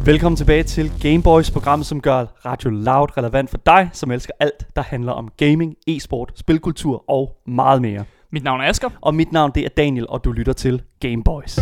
Velkommen tilbage til Gameboys, programmet som gør Radio Loud relevant for dig, som elsker alt, der handler om gaming, e-sport, spilkultur og meget mere. Mit navn er Asger. Og mit navn det er Daniel, og du lytter til Gameboys.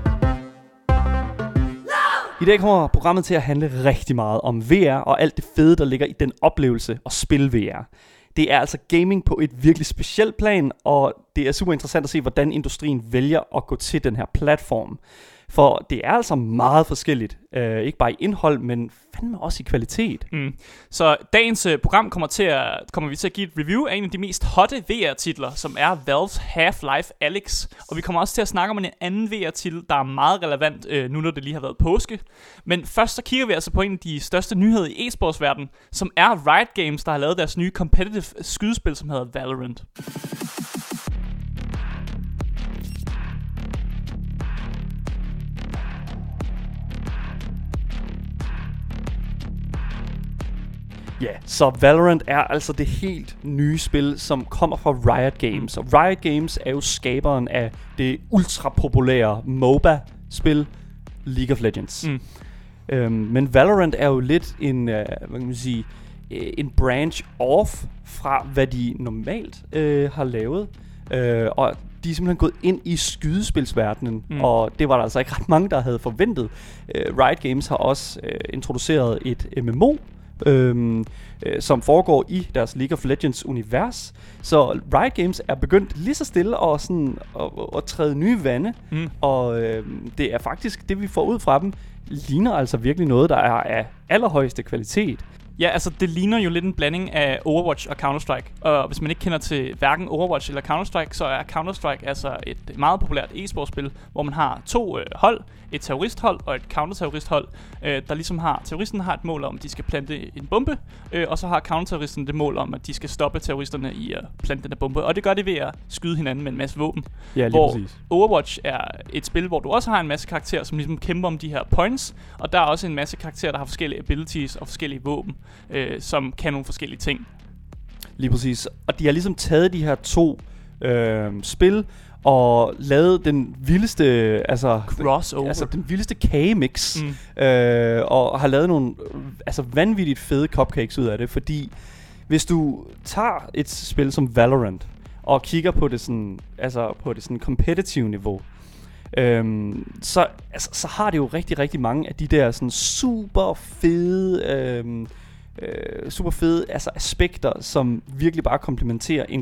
I dag kommer programmet til at handle rigtig meget om VR og alt det fede, der ligger i den oplevelse at spille VR. Det er altså gaming på et virkelig specielt plan, og det er super interessant at se, hvordan industrien vælger at gå til den her platform. For det er altså meget forskelligt, ikke bare i indhold, men fandme også i kvalitet. Så dagens program kommer vi til at give et review af en af de mest hotte VR-titler, som er Valve's Half-Life Alyx. Og vi kommer også til at snakke om en anden VR-titel, der er meget relevant nu, når det lige har været påske. Men først så kigger vi altså på en af de største nyheder i e-sportsverdenen, som er Riot Games, der har lavet deres nye competitive skydespil, som hedder Valorant. Ja, så Valorant er altså det helt nye spil, som kommer fra Riot Games. Og Riot Games er jo skaberen af det ultrapopulære MOBA-spil League of Legends. Men Valorant er jo lidt en, en branch off fra, hvad de normalt har lavet. Og de er simpelthen gået ind i skydespilsverdenen, og det var der altså ikke ret mange, der havde forventet. Riot Games har også introduceret et MMO, som foregår i deres League of Legends univers. Så Riot Games er begyndt lige så stille og sådan at træde nye vande, og det er faktisk det vi får ud fra dem ligner altså virkelig noget der er af allerhøjeste kvalitet. Ja, altså det ligner jo lidt en blanding af Overwatch og Counter-Strike. Og hvis man ikke kender til hverken Overwatch eller Counter-Strike, så er Counter-Strike altså et meget populært e-sportspil, hvor man har to hold, et terroristhold og et counterterroristhold, der ligesom har, terroristen har et mål om, at de skal plante en bombe, og så har counterterroristen det mål om, at de skal stoppe terroristerne i at plante den her bombe. Og det gør de ved at skyde hinanden med en masse våben. Ja, lige hvor præcis. Overwatch er et spil, hvor du også har en masse karakterer, som ligesom kæmper om de her points, og der er også en masse karakterer, der har forskellige abilities og forskellige våben, som kan nogle forskellige ting. Lige præcis. Og de har ligesom taget de her to spil og lavet den vildeste crossover, altså den vildeste kagemix, og har lavet nogle vanvittigt fede cupcakes ud af det, fordi hvis du tager et spil som Valorant og kigger på det sådan, på det sådan competitive niveau, så har det jo rigtig mange af de der sådan super fede aspekter, som virkelig bare komplementerer et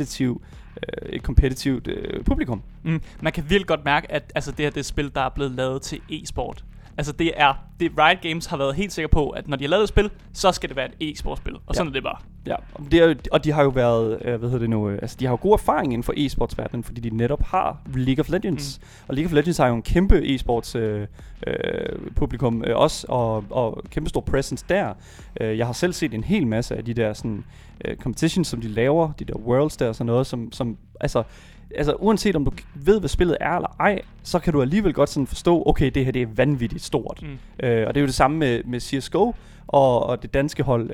kompetitivt publikum. Man kan virkelig godt mærke, at det her det er et spil, der er blevet lavet til e-sport. Altså det Riot Games har været helt sikker på, at når de har lavet et spil, så skal det være et e-sportspil. Og sådan er det bare. Ja, og de har jo været, de har jo god erfaring inden for e-sportsverdenen, fordi de netop har League of Legends. Og League of Legends har jo en kæmpe e-sports publikum også, og kæmpe stor presence der. Jeg har selv set en hel masse af de der sådan competitions, som de laver, de der worlds der og sådan noget, som uanset om du ved, hvad spillet er eller ej, så kan du alligevel godt sådan forstå, okay, det her det er vanvittigt stort. Og det er jo det samme med CSGO og det danske hold,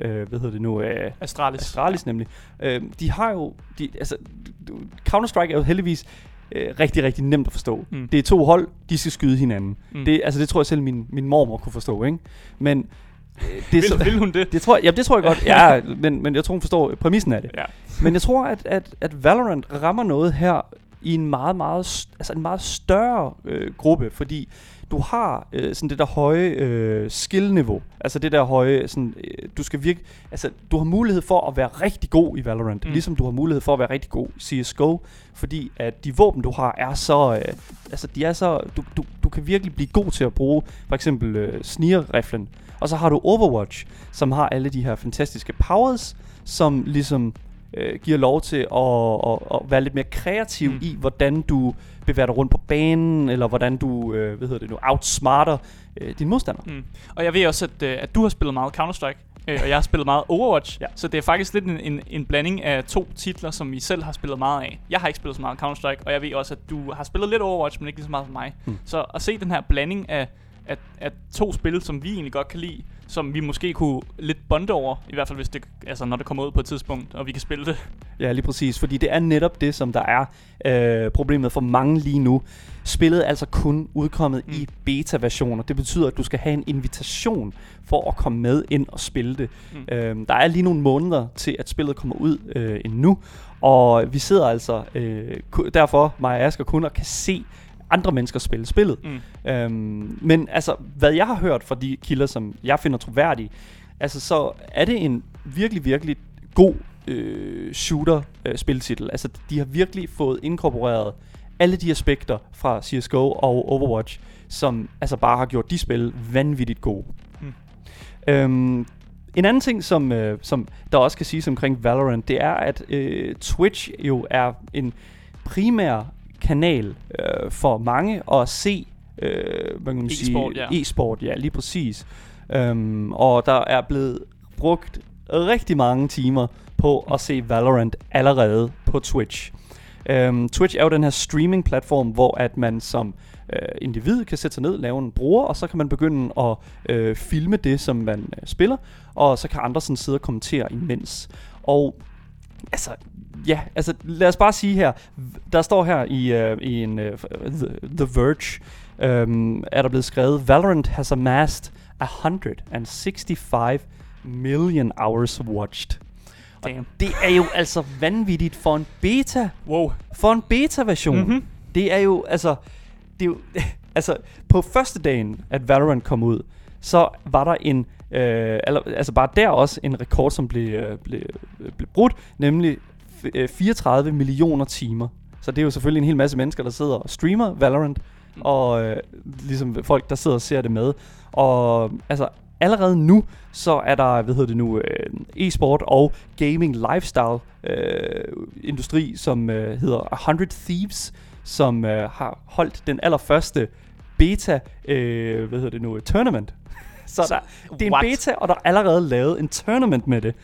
Astralis nemlig. De har jo, Counter-Strike er jo heldigvis rigtig nemt at forstå. Det er to hold, de skal skyde hinanden. Det tror jeg selv min mormor kunne forstå, ikke? Men vil hun det? Det tror jeg godt. Ja, men jeg tror hun forstår præmissen af det. Ja. Men jeg tror at Valorant rammer noget her i en meget større gruppe, fordi du har sådan det der høje skill-niveau. Altså det der høje sådan du skal virkelig, du har mulighed for at være rigtig god i Valorant, ligesom du har mulighed for at være rigtig god i CS:GO, fordi at de våben du har er så de er så du kan virkelig blive god til at bruge for eksempel snigerriflen. Og så har du Overwatch, som har alle de her fantastiske powers, som ligesom giver lov til at være lidt mere kreativ i, hvordan du bevæger dig rundt på banen, eller hvordan du outsmarter din modstander. Og jeg ved også, at du har spillet meget Counter-Strike, og jeg har spillet meget Overwatch, så det er faktisk lidt en blanding af to titler, som vi selv har spillet meget af. Jeg har ikke spillet så meget Counter-Strike, og jeg ved også, at du har spillet lidt Overwatch, men ikke lige så meget som mig. Så at se den her blanding af to spil, som vi egentlig godt kan lide, som vi måske kunne lidt bonde over, i hvert fald hvis det, når det kommer ud på et tidspunkt, og vi kan spille det Ja, lige præcis, fordi det er netop det, som der er problemet for mange lige nu. Spillet er altså kun udkommet i beta-versioner. Det betyder, at du skal have en invitation for at komme med ind og spille det. Der er lige nogle måneder til, at spillet kommer ud endnu, og vi sidder altså derfor, mig og Asger, kun og kan se andre mennesker spille spillet. Men altså, hvad jeg har hørt fra de kilder, som jeg finder troværdige, altså så er det en virkelig, virkelig god shooter-spiltitel. Altså, de har virkelig fået inkorporeret alle de aspekter fra CSGO og Overwatch, som altså bare har gjort de spil vanvittigt gode. En anden ting, som der også kan siges omkring Valorant, det er, at Twitch jo er en primær kanal for mange at se hvad kan man e-sport, sige, e-sport, ja, lige præcis. Og der er blevet brugt rigtig mange timer på at se Valorant allerede på Twitch. Twitch er jo den her streaming-platform, hvor at man som individ kan sætte sig ned, lave en bruger, og så kan man begynde at filme det, som man spiller, og så kan andre sådan sidde og kommentere imens. Og altså, ja, altså lad os bare sige her, der står her i en The Verge, er der blevet skrevet, Valorant has amassed 165 million hours watched. Og det er jo altså vanvittigt for en beta. Wow. For en beta-version. Det er jo altså på første dagen, at Valorant kom ud, så var der en altså bare der også en rekord, som blev brudt, nemlig 34 millioner timer. Så det er jo selvfølgelig en hel masse mennesker, der sidder og streamer Valorant, og ligesom folk, der sidder og ser det med. Og altså allerede nu, så er der, e-sport og gaming lifestyle industri, som hedder 100 Thieves, som har holdt den allerførste beta, tournament. Så det er en beta, og der er allerede lavet en tournament med det,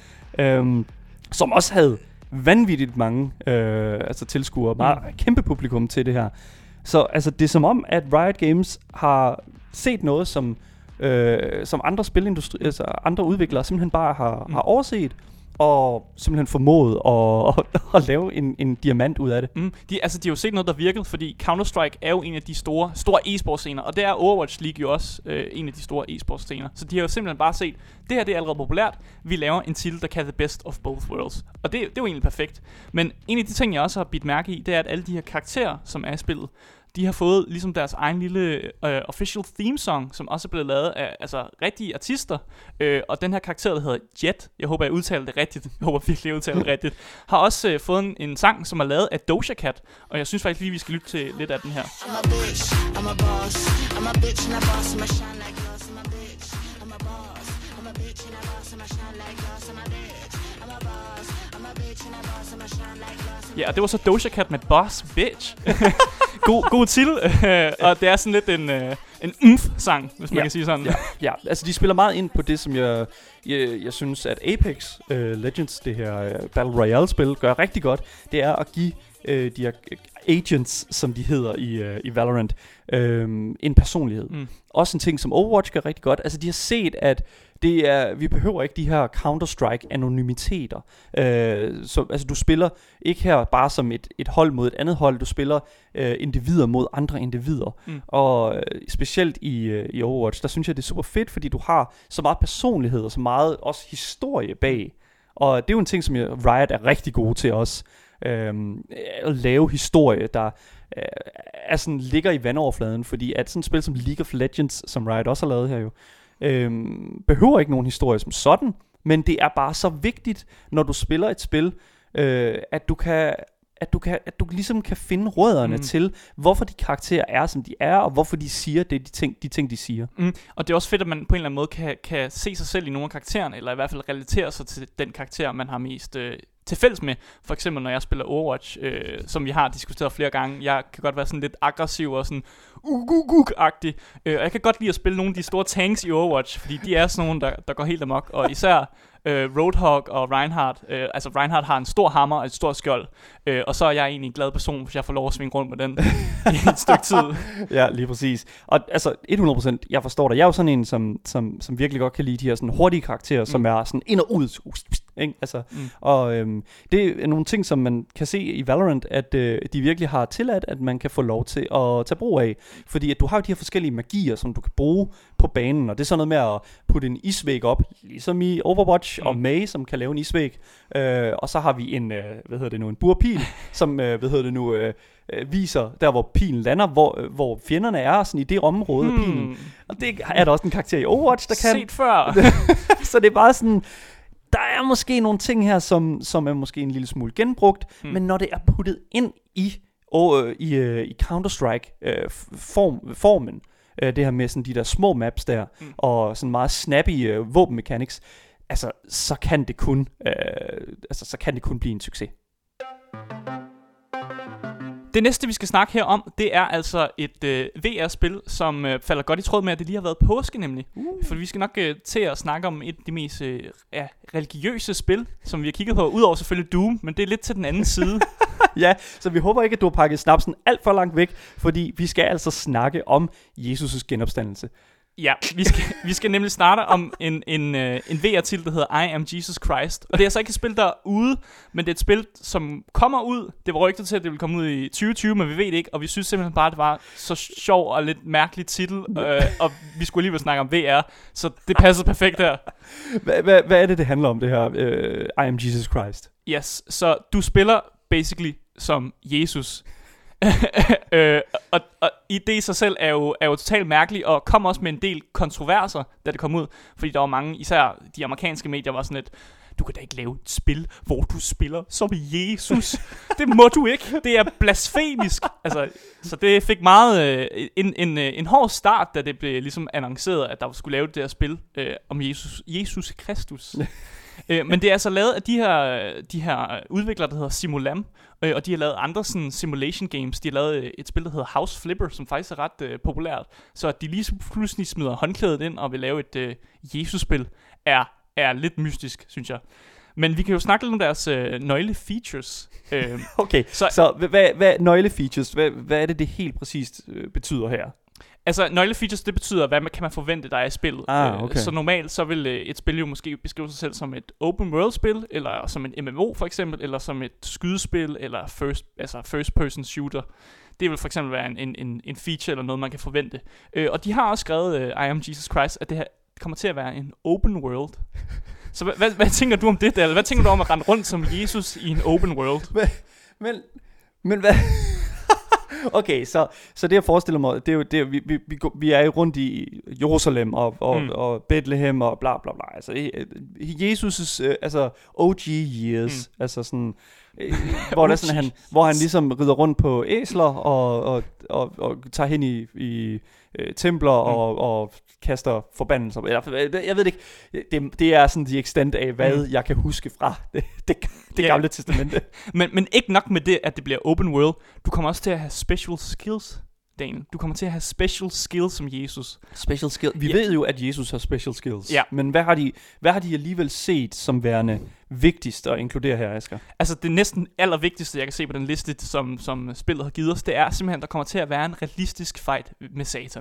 som også havde vanvittigt mange tilskuere, meget kæmpe publikum til det her. Så altså, det er som om, at Riot Games har set noget, som andre spilindustri, altså andre udviklere simpelthen bare har overset, og simpelthen formået at lave en diamant ud af det. De har jo set noget, der virkede, fordi Counter-Strike er jo en af de store e-sportscener, og det er Overwatch League jo også en af de store e-sportscener. Så de har jo simpelthen bare set, det her det er allerede populært, vi laver en titel, der kalder The Best of Both Worlds. Og det er jo egentlig perfekt. Men en af de ting, jeg også har bidt mærke i, det er, at alle de her karakterer, som er i spillet, de har fået ligesom deres egen lille official theme song, som også er blevet lavet af rigtige artister. Og den her karakter, der hedder Jet, jeg håber, jeg udtaler det rigtigt, jeg håber virkelig, jeg udtaler det rigtigt, har også fået en sang, som er lavet af Doja Cat. Og jeg synes faktisk lige, vi skal lytte til lidt af den her. I'm a bitch, I'm a boss, I'm a bitch and a boss, I'm a shine like glass, I'm a bitch, I'm a boss, I'm a bitch and a boss, I'm a shine like glass, I'm a bitch, I'm a boss, I'm a bitch and a boss, I'm a shine like glass. Ja, og det var så Doja Cat med Boss Bitch. God titel, og det er sådan lidt en sang, hvis man kan sige sådan. Ja, altså de spiller meget ind på det, som jeg synes, at Apex Legends, det her Battle Royale-spil, gør rigtig godt. Det er at give de her agents, som de hedder i Valorant, en personlighed. Også en ting, som Overwatch gør rigtig godt. Altså de har set, at vi behøver ikke de her Counter-Strike anonymiteter. Så altså du spiller ikke her bare som et hold mod et andet hold. Du spiller individer mod andre individer. Og specielt i Overwatch, der synes jeg, det er super fedt, fordi du har så meget personlighed og så meget også historie bag. Og det er jo en ting, som Riot er rigtig gode til også. At lave historie, der er sådan, ligger i vandoverfladen, fordi at sådan et spil som League of Legends, som Riot også har lavet her jo, behøver ikke nogen historie som sådan, men det er bare så vigtigt, når du spiller et spil, at du ligesom kan finde rødderne til, hvorfor de karakterer er, som de er, og hvorfor de siger de ting, de siger. Og det er også fedt, at man på en eller anden måde kan se sig selv i nogle af karaktererne, eller i hvert fald relatere sig til den karakter, man har mest til fælles med. For eksempel når jeg spiller Overwatch, som vi har diskuteret flere gange, jeg kan godt være sådan lidt aggressiv og sådan agtig, og jeg kan godt lide at spille nogle af de store tanks i Overwatch, fordi de er sådan nogle, der går helt amok, og især Roadhog og Reinhardt. Altså Reinhardt har en stor hammer og et stort skjold, og så er jeg egentlig en glad person, hvis jeg får lov at svinge rundt med den i et stykke tid. Ja, lige præcis. Og altså 100%, jeg forstår dig. Jeg er jo sådan en, som virkelig godt kan lide de her sådan hurtige karakterer, som er sådan ind og ud, ikke? Altså, og det er nogle ting, som man kan se i Valorant, at de virkelig har tilladt, at man kan få lov til at tage brug af. Fordi at du har jo de her forskellige magier, som du kan bruge på banen, og det er sådan noget med at putte en isvæg op, ligesom i Overwatch, og Mei, som kan lave en isvæg. Og så har vi en, en burpil, som, viser der, hvor pilen lander, hvor fjenderne er, sådan i det område af pilen. Og det er der også en karakter i Overwatch, der kan. Set før. Så det er bare sådan, der er måske nogle ting her, som er måske en lille smule genbrugt, men når det er puttet ind i Counter-Strike formen, det her med sådan de der små maps der, og sådan meget snappy våbenmechanics, altså så kan det kun blive en succes. Det næste, vi skal snakke her om, det er altså et VR-spil, som falder godt i tråd med, at det lige har været påske nemlig. For vi skal nok til at snakke om et af de mest religiøse spil, som vi har kigget på, udover selvfølgelig Doom, men det er lidt til den anden side. Ja, så vi håber ikke, at du har pakket snapsen alt for langt væk, fordi vi skal altså snakke om Jesus' genopstandelse. Ja, vi skal nemlig starte om en VR-titel, der hedder I Am Jesus Christ. Og det er altså ikke et spil, der er ude, men det er et spil, som kommer ud. Det var rygtet til, at det ville komme ud i 2020, men vi ved det ikke. Og vi synes simpelthen bare, at det var så sjov og lidt mærkelig titel. Og vi skulle alligevel snakke om VR, så det passer perfekt her. Hvad er det handler om, det her I Am Jesus Christ? Yes, så du spiller basically som Jesus. Og det i sig selv er jo totalt mærkeligt, og kom også med en del kontroverser, da det kom ud, fordi der var mange, især de amerikanske medier, var sådan lidt, du kan da ikke lave et spil, hvor du spiller som Jesus. Det må du ikke. Det er blasfemisk. Altså, så det fik meget en hård start, da det blev ligesom annonceret, at der skulle lave det her spil om Jesus Kristus. Men det er altså lavet af de her udviklere, der hedder Simulam, og de har lavet andre sådan simulation games. De har lavet et spil, der hedder House Flipper, som faktisk er ret populært. Så at de lige pludselig smider håndklædet ind og vil lave et Jesus-spil, er lidt mystisk, synes jeg. Men vi kan jo snakke lidt om deres nøglefeatures. Okay, så hvad nøglefeatures, hvad er det helt præcist betyder her? Altså, nøglefeatures, det betyder, hvad kan man forvente, der er i spillet. Okay. Så normalt, så vil et spil jo måske beskrive sig selv som et open world spil, eller som en MMO for eksempel, eller som et skydespil, eller first person shooter. Det vil for eksempel være en feature, eller noget, man kan forvente. Og de har også skrevet, I Am Jesus Christ, at det her kommer til at være en open world. Så hvad tænker du om det, Dale? Hvad tænker du om at rende rundt som Jesus i en open world? Men hvad... Okay, så det jeg forestiller mig, det er jo det, vi er jo rundt i Jerusalem og Bethlehem og bla bla bla. Altså Jesus' OG years, altså sådan hvor han ligesom rider rundt på æsler og tager hen i templer og kaster forbandelser. Jeg ved det ikke. Det er sådan de extent af hvad jeg kan huske fra det gamle testamente. Men ikke nok med det, at det bliver open world. Du kommer også til at have special skills, Daniel. Du kommer til at have special skills som Jesus. Special skills. Vi ved jo, at Jesus har special skills. Ja. Men hvad har de alligevel set som værende vigtigst at inkludere her, Asger? Altså det næsten allervigtigste, jeg kan se på den liste, som spillet har givet os, det er simpelthen, der kommer til at være en realistisk fight med Satan.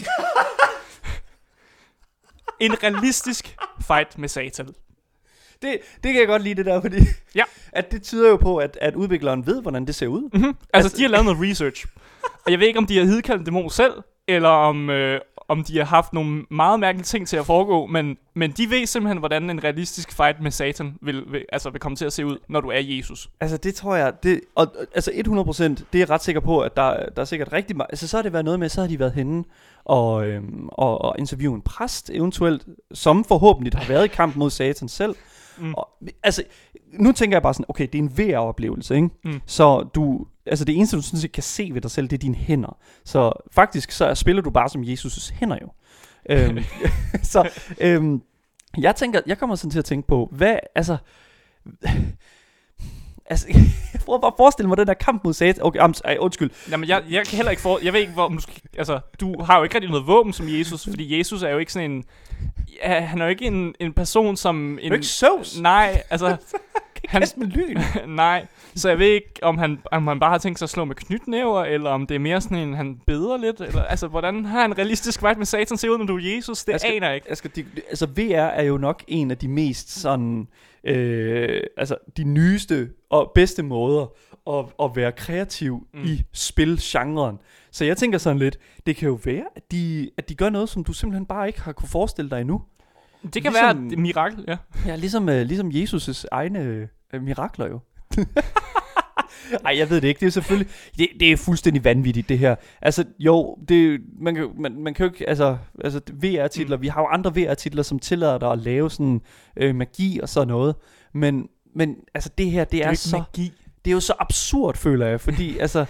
En realistisk fight med Satan. Det kan jeg godt lide det der, fordi at det tyder jo på, at udvikleren ved, hvordan det ser ud. Mm-hmm. Altså de har lavet noget research. Og jeg ved ikke, om de har hidkaldt en dæmon selv, eller om de har haft nogle meget mærkelige ting til at foregå, men de ved simpelthen, hvordan en realistisk fight med Satan vil komme til at se ud, når du er Jesus. Altså det tror jeg, altså 100%, det er jeg ret sikker på, at der er sikkert rigtig meget, altså så har det været noget med, så har de været henne og interviewe en præst eventuelt, som forhåbentlig har været i kamp mod Satan selv. Og, altså nu tænker jeg bare sådan, okay, det er en VR-oplevelse, ikke? Så det eneste du sådan set kan se ved dig selv, det er dine hænder. Så faktisk så spiller du bare som Jesus' hænder jo. Jeg tænker, jeg kommer sådan til at tænke på, hvad jeg prøver bare at forestille mig den der kamp mod Satan. Okay, undskyld. Jamen, jeg kan heller ikke jeg ved ikke, hvor du skal... Altså, du har jo ikke rigtig noget våben som Jesus, fordi Jesus er jo ikke sådan en... Ja, han er jo ikke en person som... Han er ikke Zeus. Nej, altså... kaste med lyn. Nej, så jeg ved ikke, om han bare har tænkt sig at slå med knytnæver, eller om det er mere sådan en, han beder lidt, eller altså, hvordan har en realistisk fight med Satan se ud, når du er Jesus? Det aner jeg ikke. Altså, VR er jo nok en af de mest sådan, altså, de nyeste og bedste måder at være kreativ i spilgenren. Så jeg tænker sådan lidt, det kan jo være, at de gør noget, som du simpelthen bare ikke har kunne forestille dig endnu. Det kan være et mirakel, ja. Ja, ligesom Jesus' egne mirakler jo. Ej, jeg ved det ikke. Det er selvfølgelig, det er fuldstændig vanvittigt det her. Altså jo, man kan jo ikke, altså VR-titler. Vi har jo andre VR-titler, som tillader dig at lave sådan magi og sådan noget. Men altså det her, det er så magi. Det er jo så absurd, føler jeg, fordi altså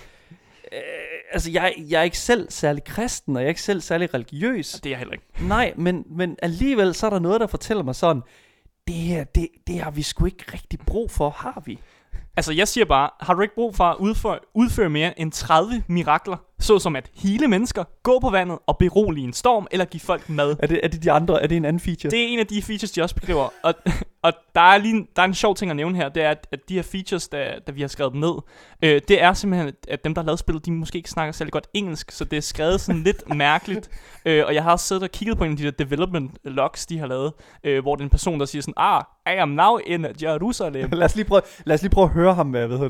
jeg er ikke selv særlig kristen, og jeg er ikke selv særlig religiøs. Det er jeg heller ikke. Nej, men alligevel så er der noget, der fortæller mig sådan, det her, det har vi sgu ikke rigtig brug for, har vi? Altså, jeg siger bare, har du ikke brug for at udføre mere end 30 mirakler, såsom at hele mennesker, gå på vandet og berolige en storm, eller give folk mad? Er det de andre? Er det en anden feature? Det er en af de features, de også beskriver. Og der er en sjov ting at nævne her, det er, at de her features, da vi har skrevet dem ned, det er simpelthen, at dem, der har lavet spillet, de måske ikke snakker særlig godt engelsk, så det er skrevet sådan lidt mærkeligt. Og jeg har også siddet og kigget på en af de der development logs, de har lavet, hvor det er en person, der siger sådan, I am now in Jerusalem. lad os lige prøve at høre ham,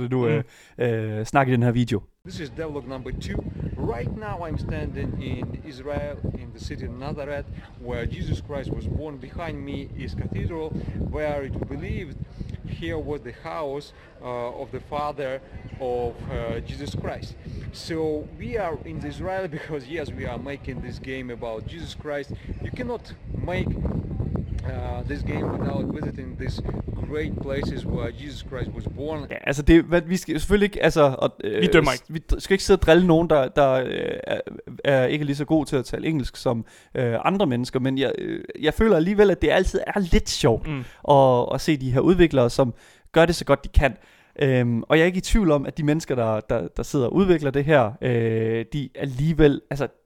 snakke i den her video. This is dialogue number 2. Right now I'm standing in Israel, in the city of Nazareth, where Jesus Christ was born. Behind me is cathedral, where it believed here was the house of the father of Jesus Christ. So we are in Israel because yes, we are making this game about Jesus Christ. You cannot make this game without visiting these great places where Jesus Christ was born. Ja, altså vi skal selvfølgelig ikke, vi dømmer ikke. Vi skal ikke sidde og drille nogen, der er ikke lige så god til at tale engelsk som andre mennesker, men jeg føler alligevel, at det altid er lidt sjovt at se de her udviklere, som gør det så godt de kan. Og jeg er ikke i tvivl om, at de mennesker, der sidder og udvikler det her, de alligevel,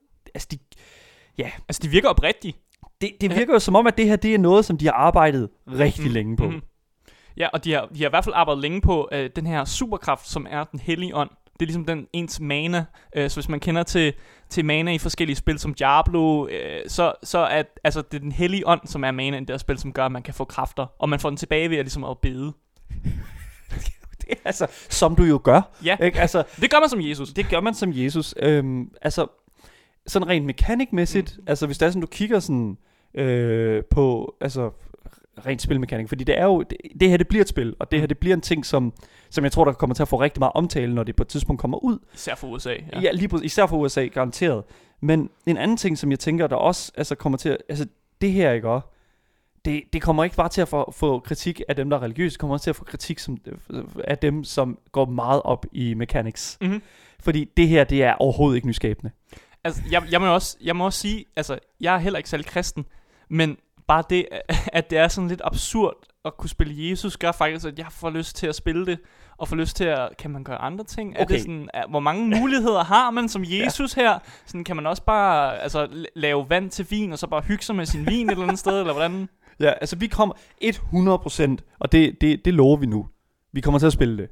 de virker oprigtige. Det virker jo som om, at det her, det er noget, som de har arbejdet rigtig længe på. Ja, og de har i hvert fald arbejdet længe på den her superkraft, som er den hellige ånd. Det er ligesom den ens mana. Så hvis man kender til mana i forskellige spil som Diablo, så er det er den hellige ånd, som er mana i det her spil, som gør, at man kan få kræfter. Og man får den tilbage ved at, ligesom at bede. Det er altså, som du jo gør. Ja, ikke? Altså, det gør man som Jesus. Det gør man som Jesus. Sådan rent mekanikmæssigt, altså hvis det er sådan, du kigger sådan på, altså rent spilmekanik, fordi det er jo, det her det bliver et spil, og det her det bliver en ting, som jeg tror, der kommer til at få rigtig meget omtale, når det på et tidspunkt kommer ud. Især for USA. Ja, især for USA, garanteret. Men en anden ting, som jeg tænker, der også kommer til at, det her, ikke også? Det kommer ikke bare til at få kritik af dem, der er religiøse, det kommer også til at få kritik af dem, som går meget op i mechanics. Fordi det her, det er overhovedet ikke nyskabende. Altså, jeg må også sige, altså, jeg er heller ikke særlig kristen, men bare det, at det er sådan lidt absurd at kunne spille Jesus, gør faktisk, at jeg får lyst til at spille det, og får lyst til at, kan man gøre andre ting? Okay. Er det sådan, hvor mange muligheder har man som Jesus her? Sådan, kan man også bare lave vand til vin, og så bare hygge sig med sin vin et eller andet sted, eller hvordan? Ja, altså vi kommer 100%, og det lover vi nu. Vi kommer til at spille det.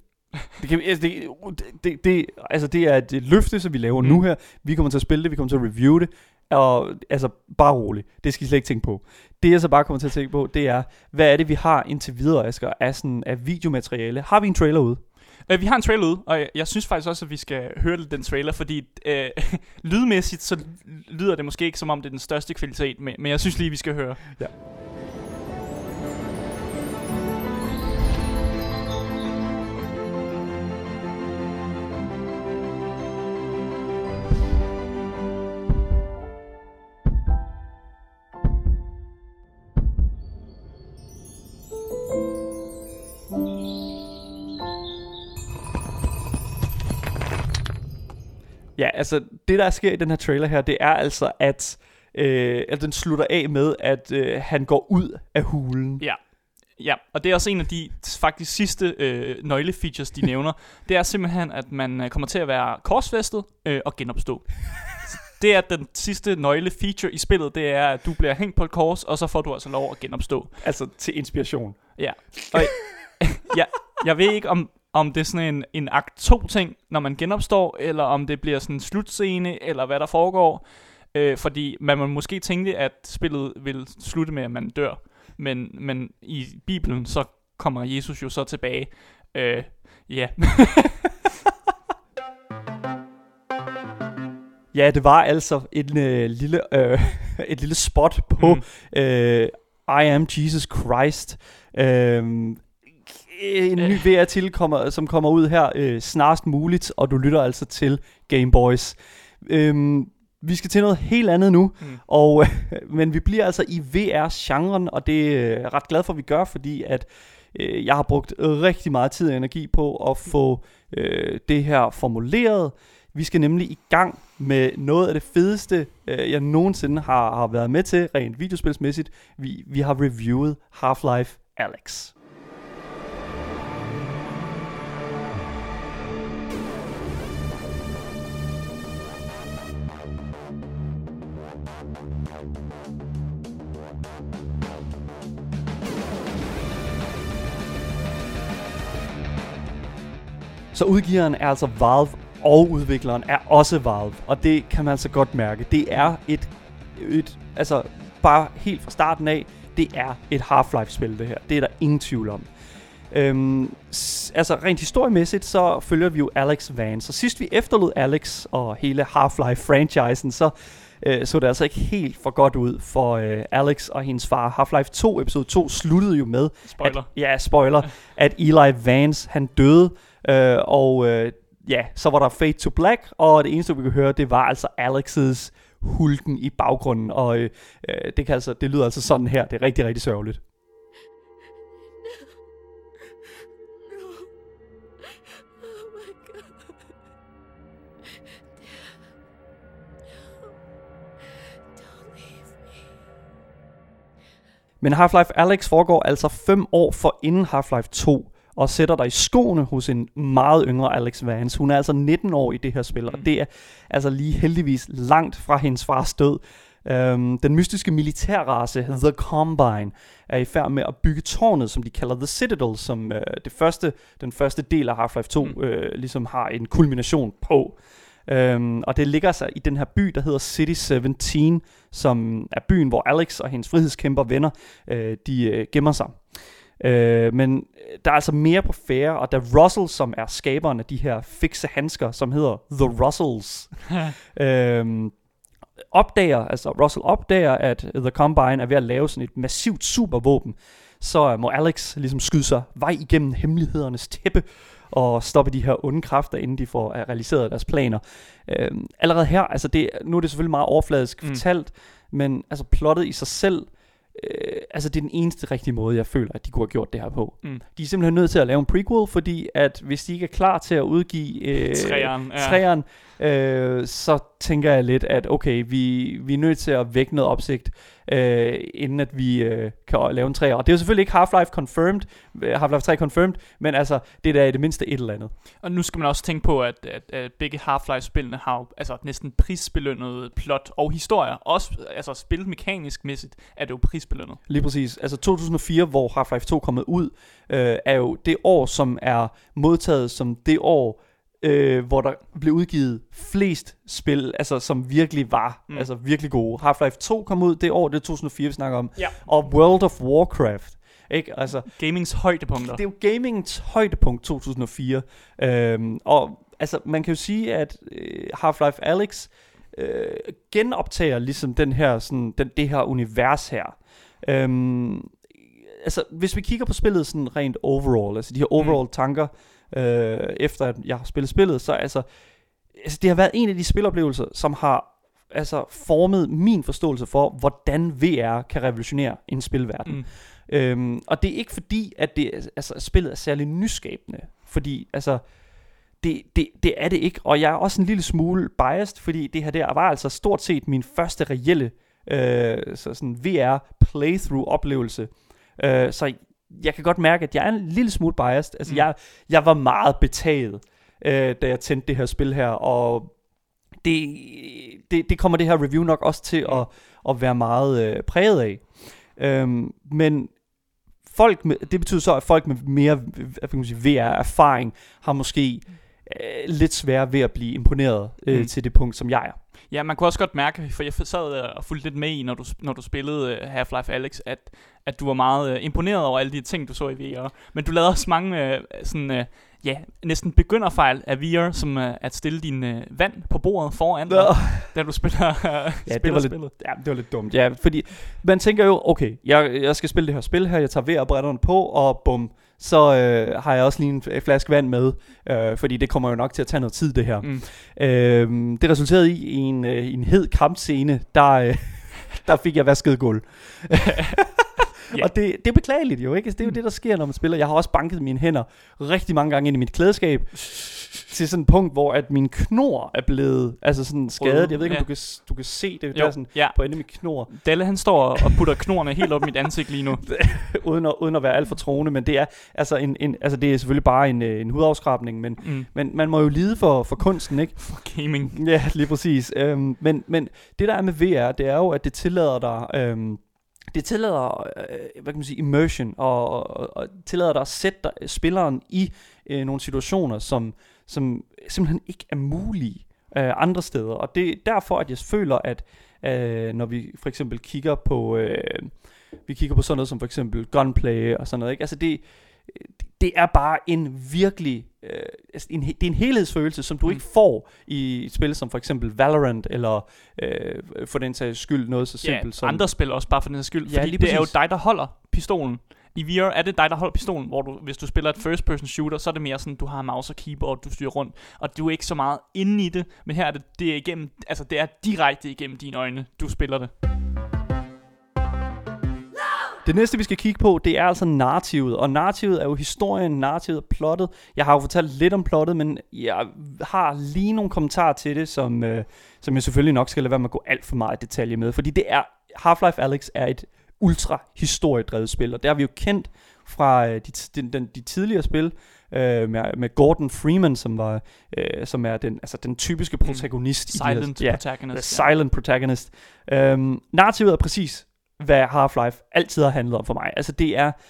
Det er et løfte, som vi laver nu her. Vi kommer til at spille det, vi kommer til at review det. Og altså, bare roligt. Det skal I slet ikke tænke på. Det jeg så bare kommer til at tænke på, det er, hvad er det vi har indtil videre, Asger, af videomateriale? Har vi en trailer ude? Vi har en trailer ude, og jeg synes faktisk også, at vi skal høre den trailer, fordi lydmæssigt så lyder det måske ikke som om det er den største kvalitet, men jeg synes lige vi skal høre. Ja. Ja, altså det der sker i den her trailer her, det er altså at den slutter af med at han går ud af hulen. Ja, og det er også en af de faktisk sidste nøglefeatures de nævner. Det er simpelthen at man kommer til at være korsfæstet og genopstå. Det er den sidste nøglefeature i spillet. Det er at du bliver hængt på et kors, og så får du altså lov at genopstå. Altså til inspiration. Ja. Jeg ved ikke, om det er sådan en akt 2-ting, når man genopstår, eller om det bliver sådan en slutscene, eller hvad der foregår. Fordi man må måske tænke, at spillet vil slutte med, at man dør. Men i Bibelen, så kommer Jesus jo så tilbage. Ja. Ja, det var altså et lille spot på I Am Jesus Christ. En ny VR-titel som kommer ud her snarest muligt, og du lytter altså til Game Boys. Vi skal til noget helt andet nu, men vi bliver altså i VR-genren, og det er jeg ret glad for, at vi gør, fordi at jeg har brugt rigtig meget tid og energi på at få det her formuleret. Vi skal nemlig i gang med noget af det fedeste, jeg nogensinde har været med til, rent videospilsmæssigt. Vi har reviewet Half-Life Alyx. Så udgiveren er altså Valve, og udvikleren er også Valve, og det kan man altså godt mærke. Det er altså bare helt fra starten af, det er et Half-Life-spil det her. Det er der ingen tvivl om. Altså rent historiemæssigt, så følger vi jo Alyx Vance. Så sidst vi efterlod Alyx og hele Half-Life-franchisen, så det altså ikke helt for godt ud for Alyx og hendes far. Half-Life 2, episode 2, sluttede jo med... Spoiler. At Eli Vance, han døde, så var der Fade to Black, og det eneste, vi kunne høre, det var altså Alyx's hulken i baggrunden, og det lyder altså sådan her. Det er rigtig, rigtig sørgeligt. Men Half-Life Alyx foregår altså 5 år forinden Half-Life 2, og sætter dig i skoene hos en meget yngre Alyx Vance. Hun er altså 19 år i det her spil, og det er altså lige heldigvis langt fra hendes fars død. Den mystiske militærrace, The Combine, er i færd med at bygge tårnet, som de kalder The Citadel, som den første del af Half-Life 2 ligesom har en kulmination på. Og det ligger sig i den her by, der hedder City 17, som er byen, hvor Alyx og hendes frihedskæmper venner, de gemmer sig. Men der er altså mere på færde, og da Russell, som er skaberen af de her fikse handsker, som hedder The Russells, Russell opdager, at The Combine er ved at lave sådan et massivt supervåben, så må Alyx ligesom skyde sig vej igennem hemmelighedernes tæppe og stoppe de her onde kræfter, inden de får realiseret deres planer. Allerede her, altså nu er det selvfølgelig meget overfladisk fortalt, men altså plottet i sig selv, altså det er den eneste rigtige måde, jeg føler, at de kunne have gjort det her på. De er simpelthen nødt til at lave en prequel, fordi at hvis de ikke er klar til at udgive træeren, så tænker jeg lidt, at okay, vi er nødt til at vække noget opsigt, inden at vi kan lave en træer. Og det er jo selvfølgelig ikke Half-Life 3 confirmed, men altså, det er da i det mindste et eller andet. Og nu skal man også tænke på, at begge Half-Life-spillene har altså næsten prisbelønnet plot og historier. Også altså spillet mekanisk-mæssigt er det jo prisbelønnet. Lige præcis. Altså 2004, hvor Half-Life 2 kommet ud, er jo det år, som er modtaget som det år, hvor der blev udgivet flest spil, altså som virkelig var altså virkelig gode. Half-Life 2 kom ud det år, det er 2004 vi snakker om, og World of Warcraft, ikke? Altså gamings højdepunkter. Det er jo gamingens højdepunkt 2004. Og altså man kan jo sige, at Half-Life Alyx genoptager ligesom det her univers her. Altså hvis vi kigger på spillet sådan rent overall, altså de her overall tanker, efter at jeg har spillet spillet, så altså det har været en af de spiloplevelser, som har altså formet min forståelse for, hvordan VR kan revolutionere en spilverden. Og det er ikke fordi, at spillet er særlig nyskabende, fordi altså det er det ikke, og jeg er også en lille smule biased, fordi det her der var altså stort set min første reelle sådan VR playthrough oplevelse, så jeg kan godt mærke, at jeg er en lille smule biased. Altså jeg var meget betaget, da jeg tændte det her spil her, og det kommer det her review nok også til at være meget præget af. Men det betyder så, at folk med mere VR-erfaring har måske lidt sværere ved at blive imponeret til det punkt, som jeg er. Ja, man kunne også godt mærke, for jeg sad og fulgte lidt med i, når du spillede Half-Life Alyx, at du var meget imponeret over alle de ting, du så i VR. Men du lavede også mange næsten begynderfejl af VR, som at stille din vand på bordet foran dig, da du spiller spillet. Det var lidt dumt. Ja, fordi man tænker jo, okay, jeg skal spille det her spil her, jeg tager VR-brillerne på, og bum, så har jeg også lige en flaske vand med, fordi det kommer jo nok til at tage noget tid, det her. Det resulterede i en hed kampscene, der fik jeg vasket gulv. Yeah. Og det er beklageligt jo, ikke? Det er jo det, der sker, når man spiller. Jeg har også banket mine hænder rigtig mange gange ind i mit klædeskab til sådan et punkt, hvor at min knor er blevet sådan skadet. Jeg ved ikke, om du kan se det der sådan på enden af min knor. Dalle, han står og putter knorene helt op i mit ansigt lige nu. uden at være alt for troende, men det er det er selvfølgelig bare en hudafskrabning, men man må jo lide for kunsten, ikke? For gaming. Ja, lige præcis. Men det der er med VR, det er jo, at det tillader dig det tillader, hvad kan man sige, immersion, og tillader dig at sætte spilleren i nogle situationer, som simpelthen ikke er mulige andre steder. Og det er derfor, at jeg føler, at når vi for eksempel kigger på sådan noget som for eksempel gunplay og sådan noget, ikke? Altså det er bare en virkelig det er en helhedsfølelse, som du ikke får i et spil som for eksempel Valorant, eller for den sags skyld noget så simpelt som andre spil også bare for den sags skyld, fordi det er jo dig, der holder pistolen. I VR er det dig, der holder pistolen, hvor hvis du spiller et first person shooter, så er det mere sådan, du har mouse og keyboard, du styrer rundt, og du er ikke så meget inde i det, men her er det er igennem, altså det er direkte igennem dine øjne, du spiller det. Det næste, vi skal kigge på, det er altså narrativet. Og narrativet er jo historien, narrativet er plottet. Jeg har jo fortalt lidt om plottet, men jeg har lige nogle kommentarer til det, som jeg selvfølgelig nok skal lade være med at gå alt for meget detalje med. Fordi det er, Half-Life Alyx er et ultra-historiedrevet spil, og det har vi jo kendt fra de tidligere spil, med Gordon Freeman, som er den typiske protagonist. Silent protagonist. Narrativet er præcis hvad Half-Life altid har handlet om for mig. Altså det er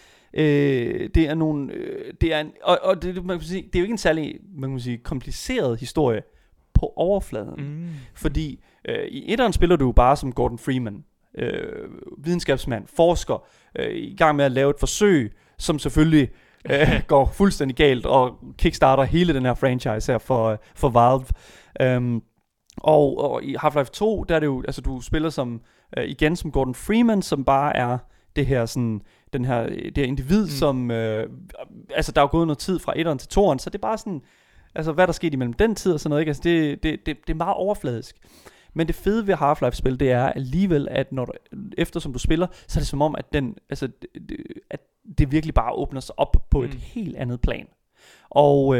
man kan sige, det er jo ikke en særlig, man kan sige, kompliceret historie på overfladen. Fordi i etteren spiller du bare som Gordon Freeman, videnskabsmand, forsker, i gang med at lave et forsøg, som selvfølgelig går fuldstændig galt og kickstarter hele den her franchise her for Valve. Og i Half-Life 2, der er det jo, altså du spiller som igen som Gordon Freeman, som bare er det her sådan, det her individ, som altså der er jo gået noget tid fra 1'eren til 2'eren, så det er bare sådan, altså hvad der skete imellem den tid og sådan noget, ikke? Altså det er meget overfladisk. Men det fede ved Half-Life-spil, det er alligevel, at eftersom du spiller, så er det som om, at at det virkelig bare åbner sig op på et helt andet plan. Og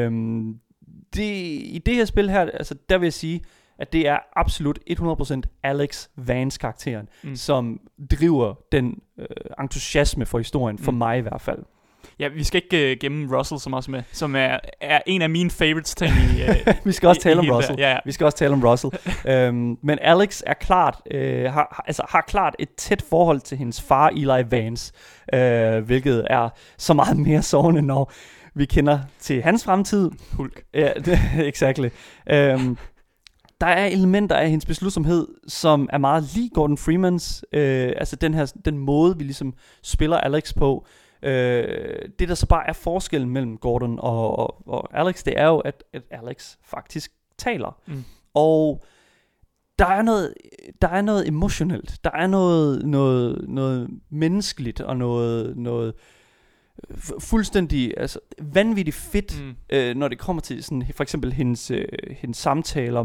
i det her spil her, altså der vil jeg sige, at det er absolut 100% Alex Vance karakteren, som driver den entusiasme for historien, for mig i hvert fald. Ja, vi skal ikke gemme Russell som også med, som er en af mine favorites ting i vi skal også tale om Russell. Ja. Vi skal også tale om Russell. Men Alex er klart har klart et tæt forhold til hendes far Eli Vance, hvilket er så meget mere sårende, når vi kender til hans fremtid. Hulk. Ja, exactly. Der er elementer af hendes beslutsomhed, som er meget lige Gordon Freemans. Altså den måde, vi ligesom spiller Alex på. Det der så bare er forskellen mellem Gordon og Alex, det er jo, at Alex faktisk taler. Og der er noget emotionelt. Der er noget menneskeligt og noget fuldstændig vanvittigt fedt, når det kommer til sådan, for eksempel hendes samtaler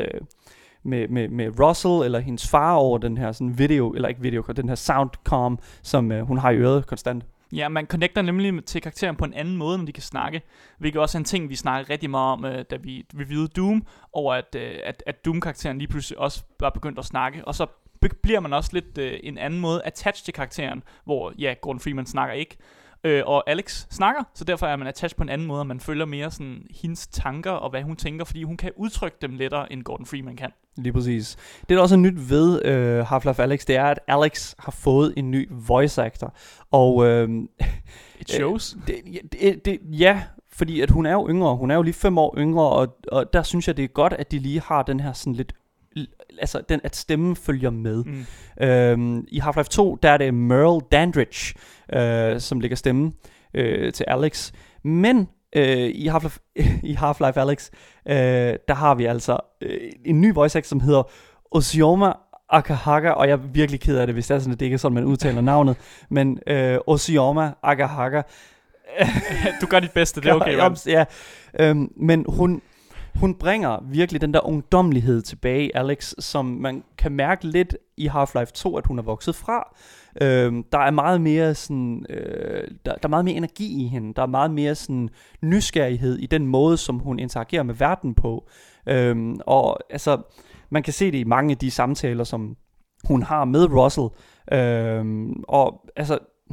med Russell eller hendes far over den her sådan den her soundcom, som hun har i øret konstant. Ja, man connecter nemlig til karakteren på en anden måde, når de kan snakke, hvilket også er en ting, vi snakker rigtig meget om, da vi reviewede Doom, over at Doom-karakteren lige pludselig også var begyndt at snakke, og så bliver man også lidt en anden måde attached til karakteren, hvor Gordon Freeman snakker ikke. Og Alex snakker, så derfor er man attached på en anden måde, og man følger mere sådan hendes tanker og hvad hun tænker, fordi hun kan udtrykke dem lettere, end Gordon Freeman kan. Lige præcis. Det er også nyt ved Half-Life Alyx, det er, at Alex har fået en ny voice actor. Og It shows. Ja, fordi at hun er jo yngre. Hun er jo lige 5 år yngre, og der synes jeg, det er godt, at de lige har den her sådan lidt, altså at stemmen følger med. I Half-Life 2, der er det Merle Dandridge, som lægger stemmen til Alex. Men i Half-Life Alyx, der har vi altså en ny voice actor, som hedder Osioma Akahaka, og jeg er virkelig ked af det, hvis det er sådan, at det ikke er sådan, man udtaler navnet, men Osioma Akahaka. Du gør dit bedste, det er okay. Ja, men hun bringer virkelig den der ungdommelighed tilbage i Alex, som man kan mærke lidt i Half-Life 2, at hun er vokset fra. Der er meget mere sådan, der er meget mere energi i hende. Der er meget mere sådan nysgerrighed i den måde, som hun interagerer med verden på. Og altså, man kan se det i mange af de samtaler, som hun har med Russell. Og altså,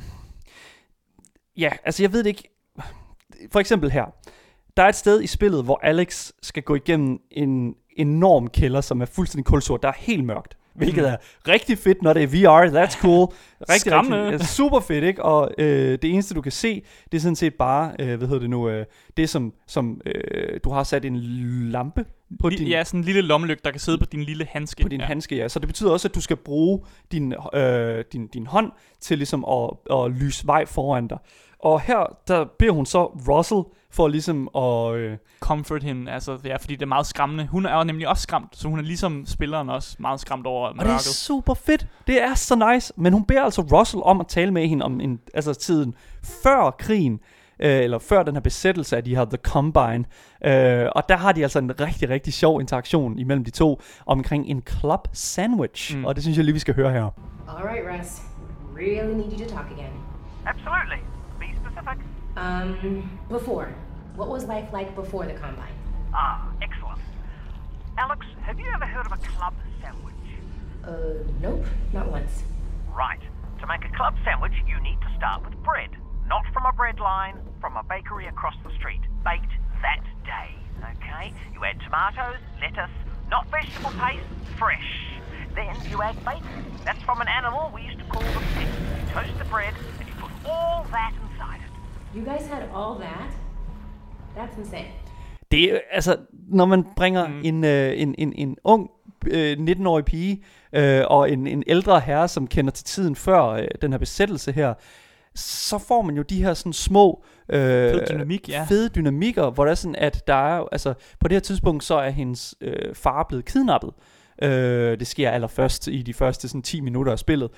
ja, altså jeg ved det ikke. For eksempel her. Der er et sted i spillet, hvor Alex skal gå igennem en enorm kælder, som er fuldstændig kulsort. Der er helt mørkt. Hvilket er rigtig fedt, når det er VR. That's cool. Rigtig super fedt, ikke? Og det eneste, du kan se, det er sådan set bare, det som du har sat en lampe på din... Ja, sådan en lille lommelygte, der kan sidde på din lille handske. På din handske, ja. Så det betyder også, at du skal bruge din hånd til ligesom at lyse vej foran dig. Og her, der beder hun så Russell for ligesom at... comfort hende, altså, ja, fordi det er meget skræmmende. Hun er jo nemlig også skræmt, så hun er ligesom spilleren også meget skræmt over mørket. Og det er super fedt. Det er så nice. Men hun beder altså Russell om at tale med hende om tiden før krigen, eller før den her besættelse af de her The Combine. Og der har de altså en rigtig, rigtig sjov interaktion imellem de to omkring en club sandwich. Og det synes jeg lige, vi skal høre her. All right, Russ. Really need you to talk again. Absolutely. Be specific. Before. What was life like before the Combine? Ah, excellent. Alex, have you ever heard of a club sandwich? Nope, not once. Right. To make a club sandwich, you need to start with bread. Not from a bread line, from a bakery across the street. Baked that day, okay? You add tomatoes, lettuce, not vegetable paste, fresh. Then you add bacon. That's from an animal we used to call the pig. You toast the bread and you put all that inside it. You guys had all that? That's insane. Det er altså, når man bringer en ung 19-årig pige og en ældre herre, som kender til tiden før den her besættelse her, så får man jo de her sådan små fede dynamikker, hvor der er sådan, at der er jo, altså på det her tidspunkt, så er hendes far blevet kidnappet. Det sker allerførst i de første sådan 10 minutter af spillet.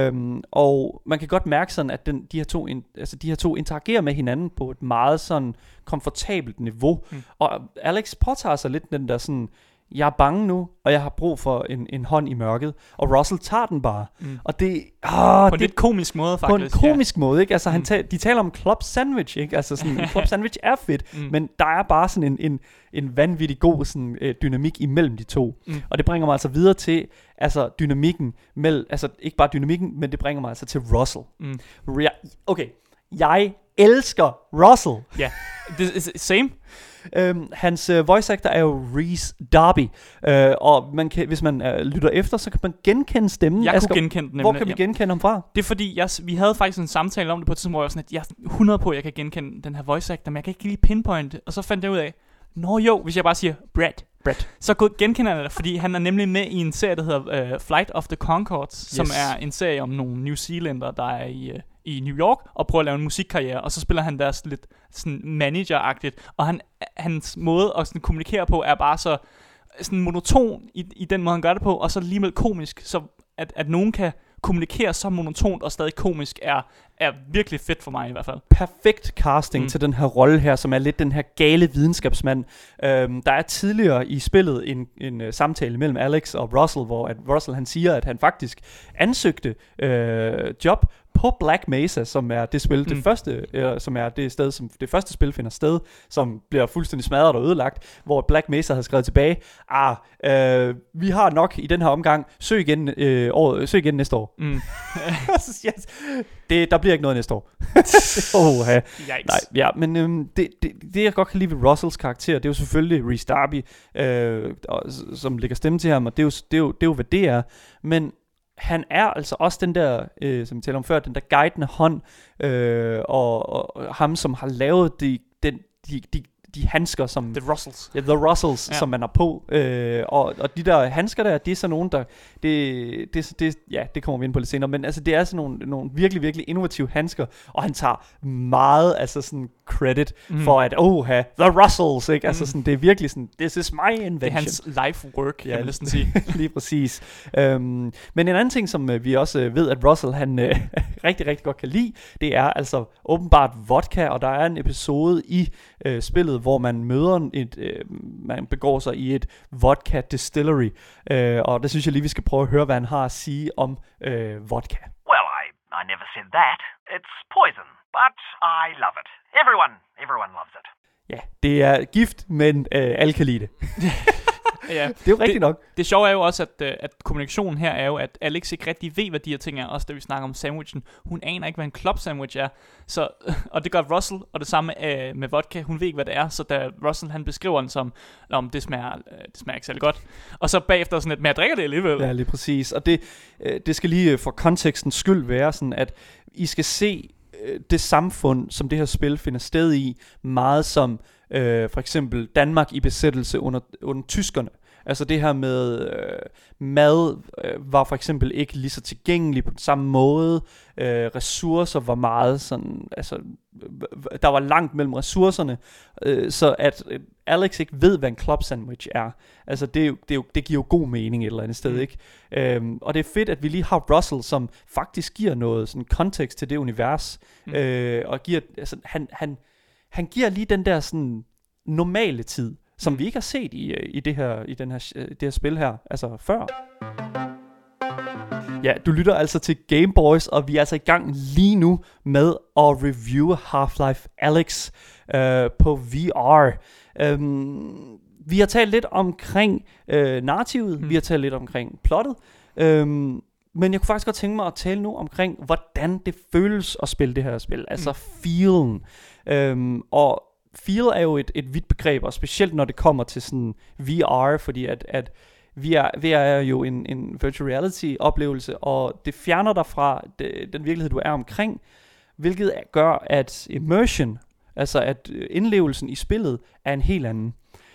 Og man kan godt mærke sådan, at de her to interagerer med hinanden på et meget sådan komfortabelt niveau. Og Alex påtager sig lidt den der sådan, jeg er bange nu, og jeg har brug for en hånd i mørket. Og Russell tager den bare. Og det... på en lidt komisk måde, faktisk. På en komisk måde, ikke? Altså, de taler om club sandwich, ikke? Altså, sådan, en club sandwich er fedt, men der er bare sådan en vanvittig god sådan, dynamik imellem de to. Og det bringer mig altså videre til altså, dynamikken altså ikke bare dynamikken, men det bringer mig altså til Russell. Okay, jeg elsker Russell. Ja, same. Hans voice actor er jo Rhys Darby, og man kan, hvis man lytter efter, så kan man genkende stemmen. Jeg kunne genkende den. Hvor kan vi genkende ham fra? Det er fordi, vi havde faktisk en samtale om det på et tidspunkt, hvor jeg var sådan, at jeg er 100 på, at jeg kan genkende den her voice actor, men jeg kan ikke lige pinpointe, og så fandt jeg ud af, hvis jeg bare siger Brad, så genkender jeg det, fordi han er nemlig med i en serie, der hedder Flight of the Conchords, som er en serie om nogle New Zealander, der er i New York og prøver at lave en musikkarriere, og så spiller han der lidt sådan manager-agtigt, og hans måde at sådan kommunikere på er bare så sådan monoton i den måde han gør det på, og så alligevel komisk, så at nogen kan kommunikere så monotont og stadig komisk er virkelig fedt for mig i hvert fald. Perfekt casting til den her rolle her, som er lidt den her gale videnskabsmand. Der er tidligere i spillet en samtale mellem Alex og Russell, hvor at Russell han siger, at han faktisk ansøgte job på Black Mesa, som er det spil, det første, som er det sted, som det første spil finder sted, som bliver fuldstændig smadret og ødelagt, hvor Black Mesa havde skrevet tilbage, vi har nok i den her omgang, søg igen næste år. Der bliver ikke noget næste år. Nej, ja, men det jeg godt kan lide ved Russells karakter, det er jo selvfølgelig Rhys Darby, som lægger stemme til ham, og det er jo hvad det er, men han er altså også den der, som vi talte om før, den der guidende hånd, og ham, som har lavet de handsker, som The Russells. Ja, The Russells, som man har på. Og de der handsker der, det er så nogen, der... Det kommer vi ind på lidt senere. Men altså, det er sådan nogle virkelig, virkelig innovative handsker. Og han tager meget altså sådan credit for at, The Russells, ikke? Altså sådan, det er virkelig sådan, this is my invention. Det er hans life work, kan man næsten sige. Lige præcis. Men en anden ting, som vi også ved, at Russell, han rigtig, rigtig godt kan lide, det er altså åbenbart vodka. Og der er en episode i spillet, hvor man møder man begår sig i et vodka distillery, og der synes jeg lige, vi skal prøve at høre, hvad han har at sige om vodka. Well, I never said that. It's poison, but I love it. Everyone loves it. Ja, det er gift, men alle kan lide det. Ja, det er jo rigtigt nok. Det sjove er jo også, at kommunikationen her er jo, at Alex ikke rigtig ved, hvad de her ting er. Også da vi snakker om sandwichen. Hun aner ikke, hvad en club sandwich er. Så, og det gør Russell, og det samme med vodka. Hun ved ikke, hvad det er. Så da Russell han beskriver den som, det smager ikke særlig godt. Og så bagefter sådan lidt, men jeg drikker det alligevel. Ja, lige præcis. Og det skal lige for kontekstens skyld være sådan, at I skal se det samfund, som det her spil finder sted i, meget som for eksempel Danmark i besættelse under tyskerne. Altså det her med mad var for eksempel ikke lige så tilgængelig på den samme måde. Ressourcer var meget sådan, altså der var langt mellem ressourcerne, så at Alex ikke ved, hvad en club sandwich er. Altså det giver jo god mening et eller andet sted, ikke? Og det er fedt, at vi lige har Russell, som faktisk giver noget sådan kontekst til det univers, og giver, altså han giver lige den der sådan normale tid, som vi ikke har set i det her spil her, altså før. Ja, du lytter altså til Game Boys, og vi er altså i gang lige nu med at reviewe Half-Life Alyx på VR. Vi har talt lidt omkring narrativet, vi har talt lidt omkring plottet, men jeg kunne faktisk godt tænke mig at tale nu omkring, hvordan det føles at spille det her spil, altså feelen. Og feel er jo et vidt begreb, og specielt når det kommer til sådan VR, fordi at VR er jo en virtual reality oplevelse, og det fjerner dig fra den virkelighed, du er omkring, hvilket gør, at immersion, altså at indlevelsen i spillet, er en helt anden.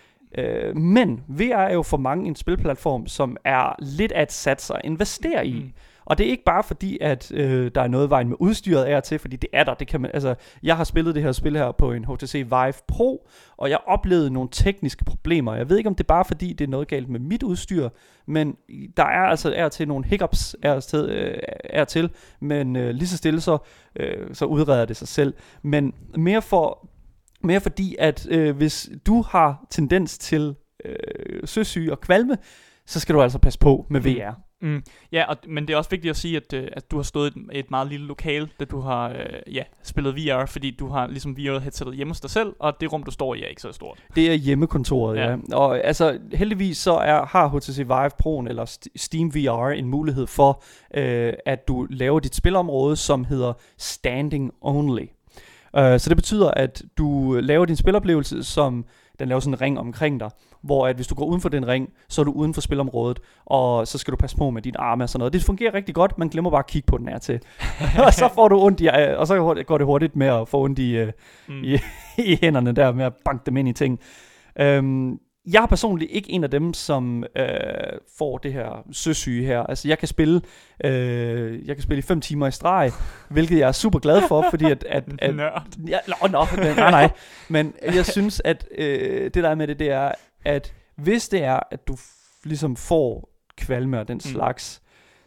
Men VR er jo for mange en spilplatform, som er lidt at satse og investere i. Og det er ikke bare fordi, at der er noget vejen med udstyret af og til, fordi det er der. Det kan man, altså, jeg har spillet det her spil her på en HTC Vive Pro, og jeg oplevede nogle tekniske problemer. Jeg ved ikke, om det er bare fordi, det er noget galt med mit udstyr, men der er altså af og til nogle hiccups af og til, men lige så stille så udreder det sig selv. Men mere fordi, at hvis du har tendens til søsyge og kvalme, så skal du altså passe på med VR. Ja, men det er også vigtigt at sige, at du har stået i et meget lille lokale, da du har spillet VR, fordi du har ligesom VR-headsetet hjemme hos dig selv, og det rum, du står i, er ikke så stort. Det er hjemmekontoret, ja. Og altså, heldigvis så har HTC Vive Pro'en eller Steam VR en mulighed for, at du laver dit spilområde, som hedder Standing Only. Så det betyder, at du laver din spiloplevelse, som den laver sådan en ring omkring dig, hvor at hvis du går uden for den ring, så er du uden for spilområdet, og så skal du passe på med dine arme og sådan noget. Det fungerer rigtig godt, man glemmer bare at kigge på den her til. Og så får du ondt og så går det hurtigt med at få ondt i hænderne der, med at banke dem ind i ting. Jeg er personligt ikke en af dem, som får det her søsyge her. Altså jeg kan spille i 5 timer i streg, hvilket jeg er super glad for, fordi nej. Men jeg synes, at det der med det er, at hvis det er, at du ligesom får kvalme og den slags,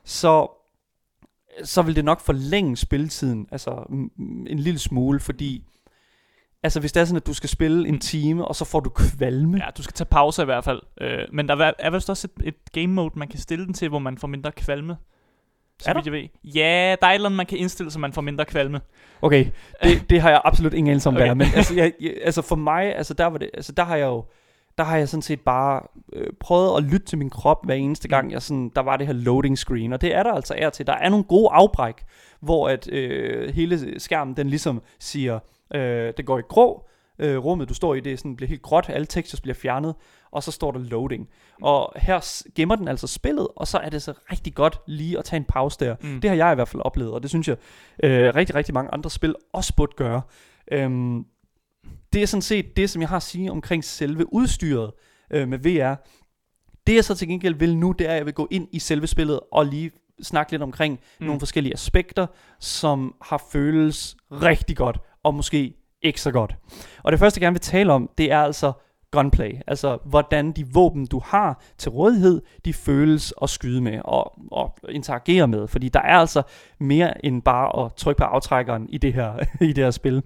så vil det nok forlænge spilletiden, altså en lille smule, fordi altså hvis det er sådan, at du skal spille en time, og så får du kvalme. Ja, du skal tage pauser i hvert fald. Men der er vist også et game mode, man kan stille den til, hvor man får mindre kvalme. så vidt jeg ved. Ja, der er et eller andet, man kan indstille, så man får mindre kvalme. Okay, det har jeg absolut ingen anelse om, men altså for mig, altså der har jeg sådan set bare prøvet at lytte til min krop hver eneste gang, der var det her loading screen, og det er der altså af til. Der er nogle gode afbræk, hvor at hele skærmen, den ligesom siger, det går i grå, rummet du står i, det sådan, bliver helt gråt, alle tekster bliver fjernet, og så står der loading. Og her gemmer den altså spillet, og så er det så rigtig godt lige at tage en pause der. Det har jeg i hvert fald oplevet, og det synes jeg rigtig, rigtig mange andre spil også burde gøre. Det er sådan set det, som jeg har at sige omkring selve udstyret med VR. Det jeg så til gengæld vil nu, det er, at jeg vil gå ind i selve spillet og lige snakke lidt omkring nogle forskellige aspekter, som har føles rigtig godt, og måske ikke så godt. Og det første jeg gerne vil tale om, det er altså gunplay. Altså hvordan de våben du har til rådighed, de føles at skyde med og interagere med. Fordi der er altså mere end bare at trykke på aftrækkeren i det her spil.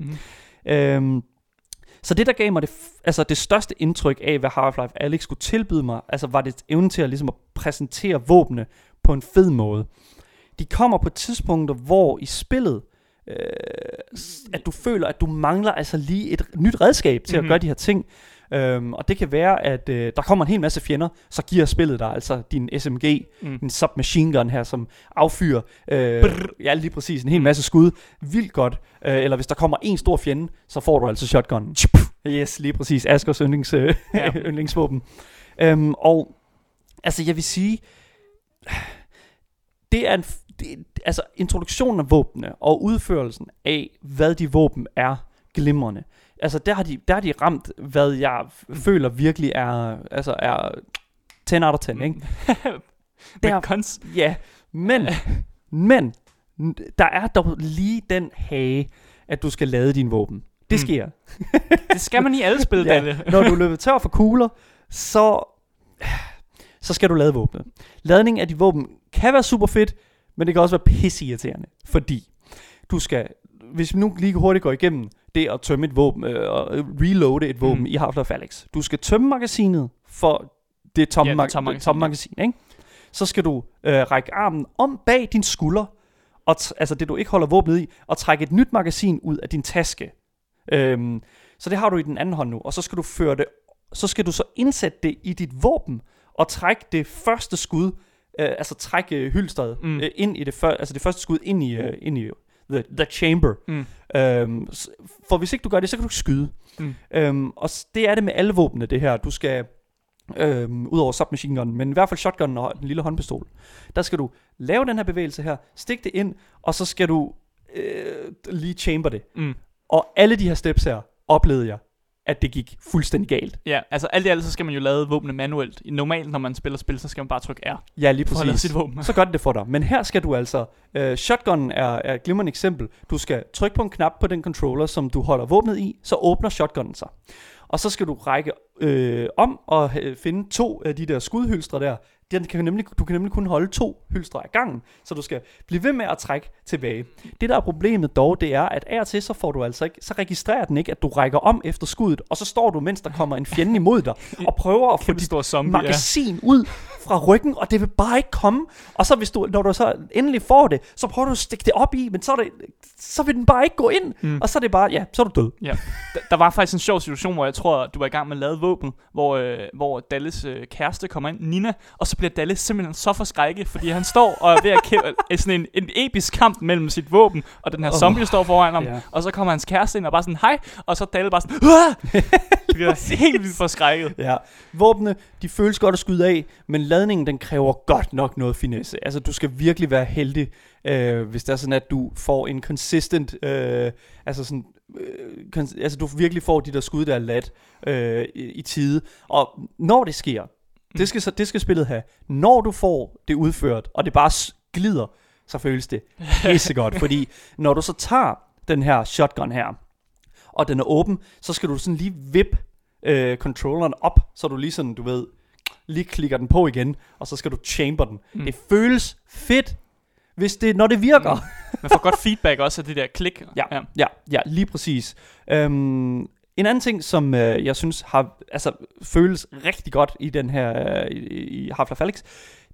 Så det der gav mig det største indtryk af, hvad Half-Life Alyx skulle tilbyde mig, altså var det evnen til at, ligesom at præsentere våbne på en fed måde. De kommer på tidspunkter, hvor i spillet, at du føler, at du mangler altså lige et nyt redskab til at gøre de her ting. Og det kan være, at der kommer en hel masse fjender, så giver spillet dig altså din SMG, en submachine gun her, som affyrer ja, lige præcis en hel masse skud, vildt godt. Eller hvis der kommer en stor fjende, så får du altså shotgun. Yes, lige præcis, Askers yndlingsvåben. Og altså jeg vil sige, det er altså introduktionen af våbnene og udførelsen af, hvad de våben er, glimrende. Altså der har de ramt, hvad jeg føler virkelig er 10 out of 10, ikke? Ja, men der er dog lige den hage, at du skal lade din våben. Det sker. Det skal man i alle spil, ja, når du løber tør for kugler, så skal du lade våbnet. Ladning af de våben kan være super fedt, men det kan også være pisseirriterende, fordi du skal, hvis vi nu lige hurtigt går igennem det at tømme et våben og reloade et våben i Half-Life Alyx. Du skal tømme magasinet for det tomme magasin, ikke? Så skal du række armen om bag din skulder, og altså det du ikke holder våbnet i, og trække et nyt magasin ud af din taske. Så det har du i den anden hånd nu, og så skal du så indsætte det i dit våben og trække det første skud, altså trække hylstret ind i det første skud ind i the chamber. For hvis ikke du gør det, så kan du ikke skyde. Og det er det med alle våbne, det her. Du skal udover submachine gun, men i hvert fald shotgun og en lille håndpistol, der skal du lave den her bevægelse her, stik det ind, og så skal du lige chamber det. Og alle de her steps her oplevede jeg, at det gik fuldstændig galt. Ja, altså alt i alt, så skal man jo lade våbne manuelt. Normalt, når man spiller spil, så skal man bare trykke R. Ja, lige præcis. Sit våben. Så gør det for dig. Men her skal du altså, shotgunnen er et glimrende eksempel. Du skal trykke på en knap på den controller, som du holder våbnet i, så åbner shotgunnen sig. Og så skal du række om og finde 2 af de der skudhylstre der. Du kan nemlig kun holde 2 hylstre ad gangen, så du skal blive ved med at trække tilbage. Det der er problemet dog, det er, at af og til så får du altså ikke, så registrerer den ikke, at du rækker om efter skuddet, og så står du, mens der kommer en fjende imod dig, og prøver at få dit magasin ud fra ryggen, og det vil bare ikke komme. Og så når du så endelig får det, så prøver du at stikke det op i, men så vil den bare ikke gå ind, og så er det bare, ja, så er du død. Ja. Der var faktisk en sjov situation, hvor jeg tror, du var i gang med at lade våben, hvor Dalles kæreste kommer ind, Nina, og så bliver Dalles simpelthen så forskrækket, fordi han står og er ved at kæmpe sådan en episk kamp mellem sit våben, og den her zombie står foran ham, og så kommer hans kæreste ind og bare sådan, hej, og så Dalle bare sådan, det bliver helt vildt forskrækket. Ja, våbne, de føles godt at skyde af, men ladningen, den kræver godt nok noget finesse. Altså, du skal virkelig være heldig, hvis det er sådan, at du får en consistent, altså du virkelig får de der skud, der er ladt i tide. Og når det sker, det skal spillet have. Når du får det udført, og det bare glider, så føles det pissegodt. Fordi når du så tager den her shotgun her, og den er åben, så skal du sådan lige vippe controlleren op, så du lige sådan, du ved, lige klikker den på igen, og så skal du chamber den. Det føles fedt, når det virker. Man får godt feedback også af det der klik. Ja, lige præcis. En anden ting, som jeg synes har føles rigtig godt i den her i Half-Life Alyx,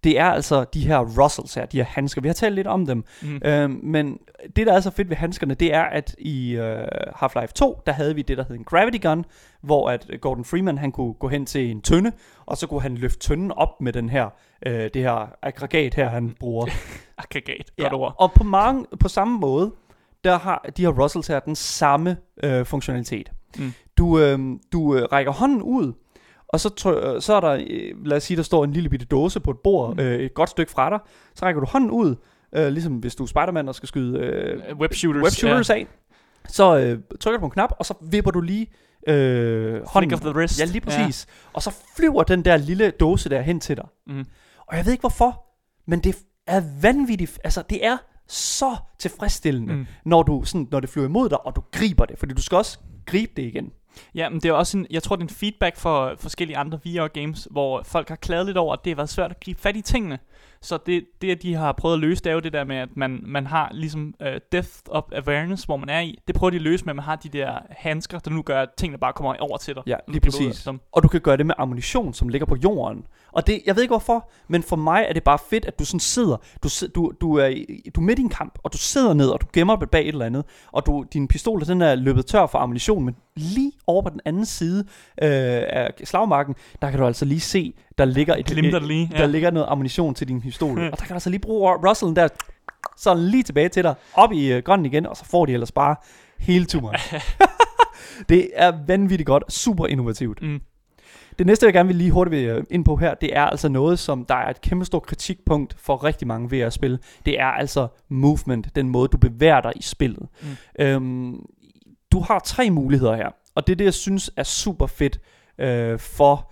det er altså de her Russells her, de her handsker. Vi har talt lidt om dem. Men det, der er så fedt ved handskerne, det er, at i Half-Life 2, der havde vi det, der hed en Gravity Gun, hvor at Gordon Freeman, han kunne gå hen til en tønde, og så kunne han løfte tønden op med den her, det her aggregat her, han bruger. Aggregat, godt ord. Og på samme måde, der har de her Russells her den samme funktionalitet. Du rækker hånden ud, og så er der, lad os sige, der står en lille bitte dåse på et bord, et godt stykke fra dig. Så rækker du hånden ud, ligesom hvis du er Spider-Man og skal skyde webshooters af. Så trykker du på en knap, og så vipper du lige hånden. Of the wrist. Ja, lige præcis. Og så flyver den der lille dåse der hen til dig. Og jeg ved ikke hvorfor, men det er vanvittigt. Altså, det er så tilfredsstillende, når det flyver imod dig, og du griber det. Fordi du skal også gribe det igen. Ja, men det er også jeg tror, det er en feedback for forskellige andre VR-games, hvor folk har klaget lidt over, at det har været svært at gribe fat i tingene. Så det at de har prøvet at løse, det er jo det der med, at man har ligesom depth of awareness, hvor man er i. Det prøver de at løse med, at man har de der handsker, der nu gør, at tingene bare kommer over til dig. Ja, lige præcis. Og du kan gøre det med ammunition, som ligger på jorden. Og det, jeg ved ikke hvorfor, men for mig er det bare fedt, at du sådan sidder, du er midt i en kamp, og du sidder ned, og du gemmer bag et eller andet, og din pistol, den er løbet tør for ammunition, men lige over på den anden side af slagmarken, der kan du altså lige se, der ligger der ligger noget ammunition til din pistol. Og der kan du altså lige bruge Russellen der, så lige tilbage til dig, op i grønnen igen, og så får de ellers bare hele turen. Det er vanvittigt godt, super innovativt. Det næste, jeg gerne vil lige hurtigt ind på her, det er altså noget, som der er et kæmpe stort kritikpunkt for rigtig mange VR-spil. Det er altså movement, den måde, du bevæger dig i spillet. Du har 3 muligheder her, og det er det, jeg synes er super fedt for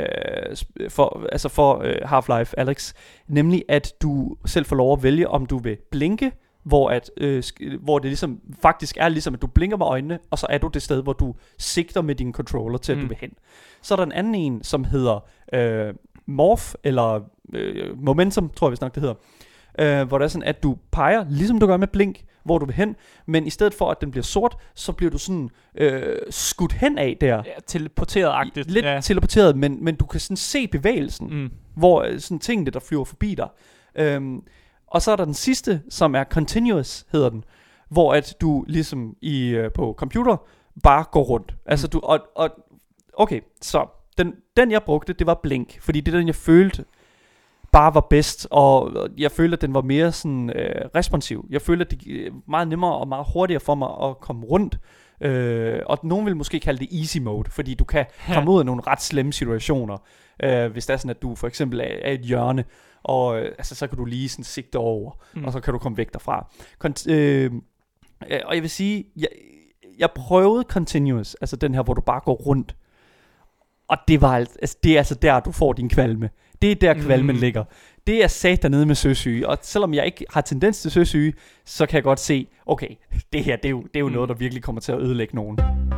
Half-Life Alyx, nemlig at du selv får lov at vælge, om du vil blinke, hvor det ligesom faktisk er ligesom, at du blinker med øjnene, og så er du det sted, hvor du sigter med din controller til, at du vil hen. Så er der en anden en, som hedder Morph, eller Momentum, tror jeg vist nok det hedder, hvor det er sådan, at du peger, ligesom du gør med blink, hvor du vil hen, men i stedet for, at den bliver sort, så bliver du sådan skudt hen af der. Ja, teleporteret-agtigt. Lidt teleporteret, men du kan sådan se bevægelsen, hvor sådan tingene, der flyver forbi dig. Og så er der den sidste, som er Continuous, hedder den, hvor at du ligesom på computer bare går rundt. Altså du, okay, så den jeg brugte, det var blink, fordi det er den, jeg følte bare var bedst, og jeg følte, at den var mere sådan responsiv. Jeg følte, at det er meget nemmere og meget hurtigere for mig at komme rundt. Og nogen vil måske kalde det easy mode, fordi du kan komme ud af nogle ret slemme situationer, hvis det er sådan, at du for eksempel er et hjørne, og så kan du lige sådan sigte over, og så kan du komme væk derfra. Og jeg vil sige, jeg prøvede Continuous, altså den her, hvor du bare går rundt, og det er altså der, du får din kvalme. Det er der kvalmen ligger. Det er sat dernede med søsyge. Og selvom jeg ikke har tendens til søsyge, så kan jeg godt se, okay, det her, det er jo noget, der virkelig kommer til at ødelægge nogen.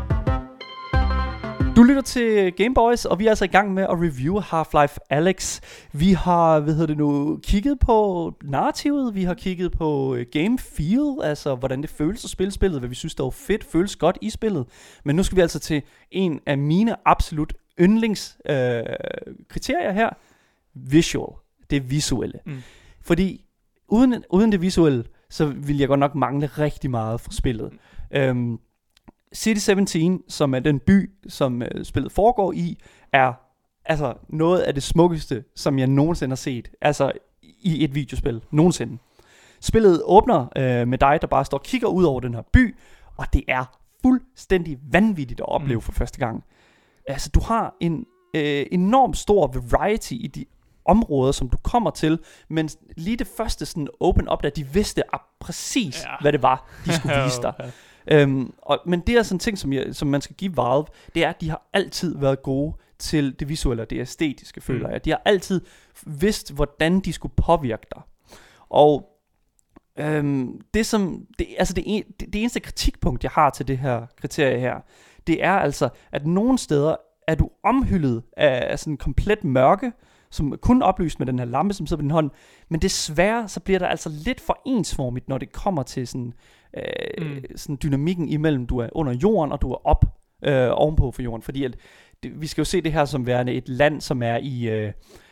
Du lytter til Game Boys, og vi er altså i gang med at review Half-Life Alyx. Vi har, kigget på narrativet, vi har kigget på game feel, altså hvordan det føles at spille spillet, hvad vi synes, der er fedt, føles godt i spillet. Men nu skal vi altså til en af mine absolut yndlingskriterier her, visual, det visuelle. Fordi uden det visuelle, så vil jeg godt nok mangle rigtig meget fra spillet. City 17, som er den by, som spillet foregår i, er altså noget af det smukkeste, som jeg nogensinde har set, altså i et videospil, nogensinde. Spillet åbner med dig, der bare står og kigger ud over den her by, og det er fuldstændig vanvittigt at opleve for første gang. Altså, du har en enormt stor variety i de områder, som du kommer til, men lige det første sådan open up, der de vidste præcis, hvad det var, de skulle vise dig. Men det er sådan en ting, som man skal give Valve, det er, at de har altid været gode til det visuelle og det æstetiske, føler jeg. De har altid vidst, hvordan de skulle påvirke dig. Og det eneste kritikpunkt, jeg har til det her kriterie her, det er altså, at nogle steder er du omhyldet af sådan komplet mørke, som kun oplyst med den her lampe, som sidder på din hånd. Men desværre, så bliver der altså lidt for ensformigt, når det kommer til sådan, sådan dynamikken imellem, du er under jorden, og du er op ovenpå for jorden. Fordi vi skal jo se det her som værende et land, som er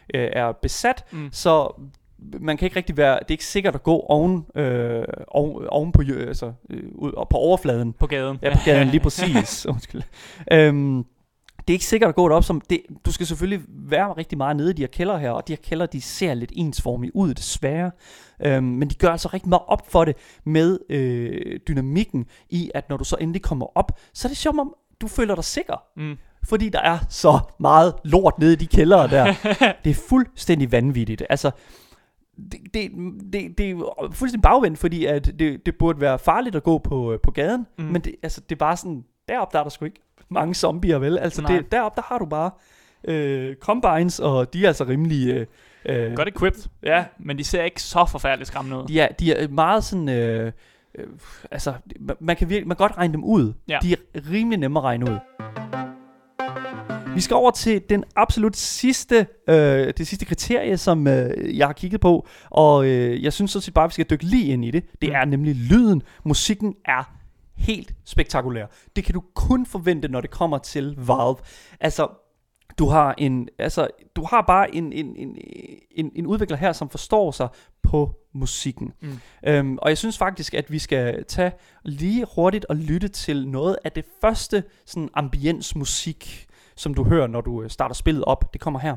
er besat, så man kan ikke rigtig være, det er ikke sikkert at gå oven på, altså, på overfladen. På gaden. Ja, på gaden, lige præcis. Undskyld. Det er ikke sikkert at gå derop som det. Du skal selvfølgelig være rigtig meget nede i de her kældre her, og de her kældre, de ser lidt ensformige ud, desværre. Men de gør altså rigtig meget op for det med dynamikken i, at når du så endelig kommer op, så er det som om, du føler dig sikker. Fordi der er så meget lort nede i de kældre der. Det er fuldstændig vanvittigt. Altså, det er fuldstændig bagvendt, fordi at det burde være farligt at gå på gaden, men det er bare sådan, deroppe der er der sgu ikke mange zombier, vel? Altså deroppe der har du bare combines, og de er altså rimelig godt equipped, ja, men de ser ikke så forfærdeligt skræmmende ud. De er meget sådan altså man kan godt regne dem ud. De er rimelig nemme at regne ud. Vi skal over til den absolut sidste, det sidste kriterie, som jeg har kigget på, og jeg synes sådan set bare, at vi skal dykke lige ind i det. Det er nemlig lyden. Musikken er helt spektakulær. Det kan du kun forvente, når det kommer til Valve. Altså, du har bare en udvikler her, som forstår sig på musikken. Og jeg synes faktisk, at vi skal tage lige hurtigt og lytte til noget af det første sådan ambiensmusik, som du hører, når du starter spillet op. Det kommer her.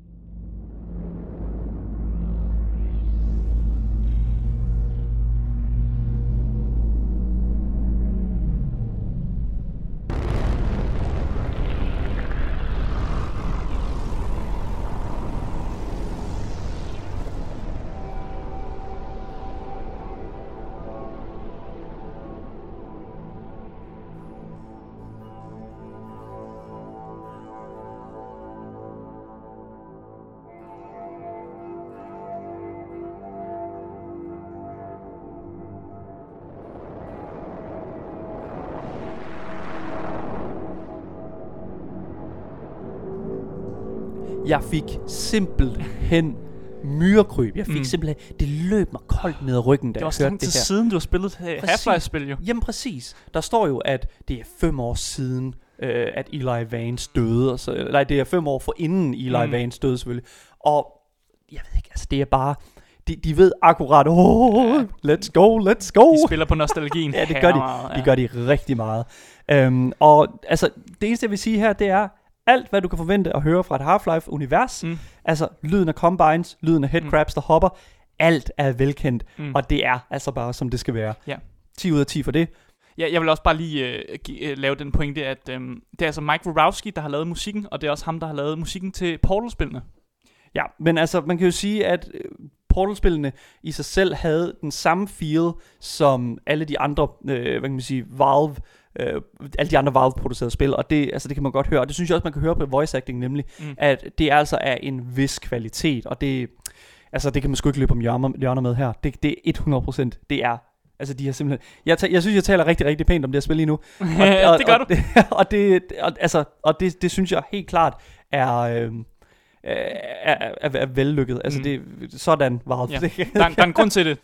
Jeg fik simpelthen myrekryb. Jeg fik simpelthen, det løb mig koldt ned ad ryggen, da det var jeg hørte det det her. Siden du har spillet Half-Life-spil jo. Jamen præcis. Der står jo, at det er 5 år siden, at Eli Vance døde. Og så, nej, det er 5 år forinden Eli Vance døde selvfølgelig. Og jeg ved ikke, altså det er bare... De ved akkurat, let's go. De spiller på nostalgien. Ja, det gør de. De gør de rigtig meget. Og altså, det eneste jeg vil sige her, det er, alt hvad du kan forvente at høre fra et Half-Life-univers, altså lyden af combines, lyden af headcrabs, der hopper, alt er velkendt, og det er altså bare som det skal være. 10 ud af 10 for det. Ja, jeg vil også bare lige lave den pointe, at det er altså Mike Wazowski, der har lavet musikken, og det er også ham, der har lavet musikken til Portal-spillene. Ja, men altså, man kan jo sige, at Portal-spillene i sig selv havde den samme feel som alle de andre, hvad kan man sige, alle de andre Valve-producerede spil, og det, altså, det kan man godt høre, og det synes jeg også, man kan høre på voice acting, nemlig, at det altså er en vis kvalitet, og det, altså, det kan man sgu ikke løbe om hjørner med her. Det er 100%, det er, altså, de har simpelthen, jeg synes, jeg taler rigtig, rigtig pænt om det her spil lige nu, og, det gør du. Og det synes jeg helt klart er vellykket. Altså det sådan Valve. Ja. Der er en grund til det.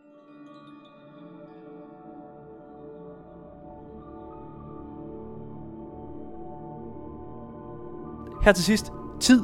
Her til sidst, tid.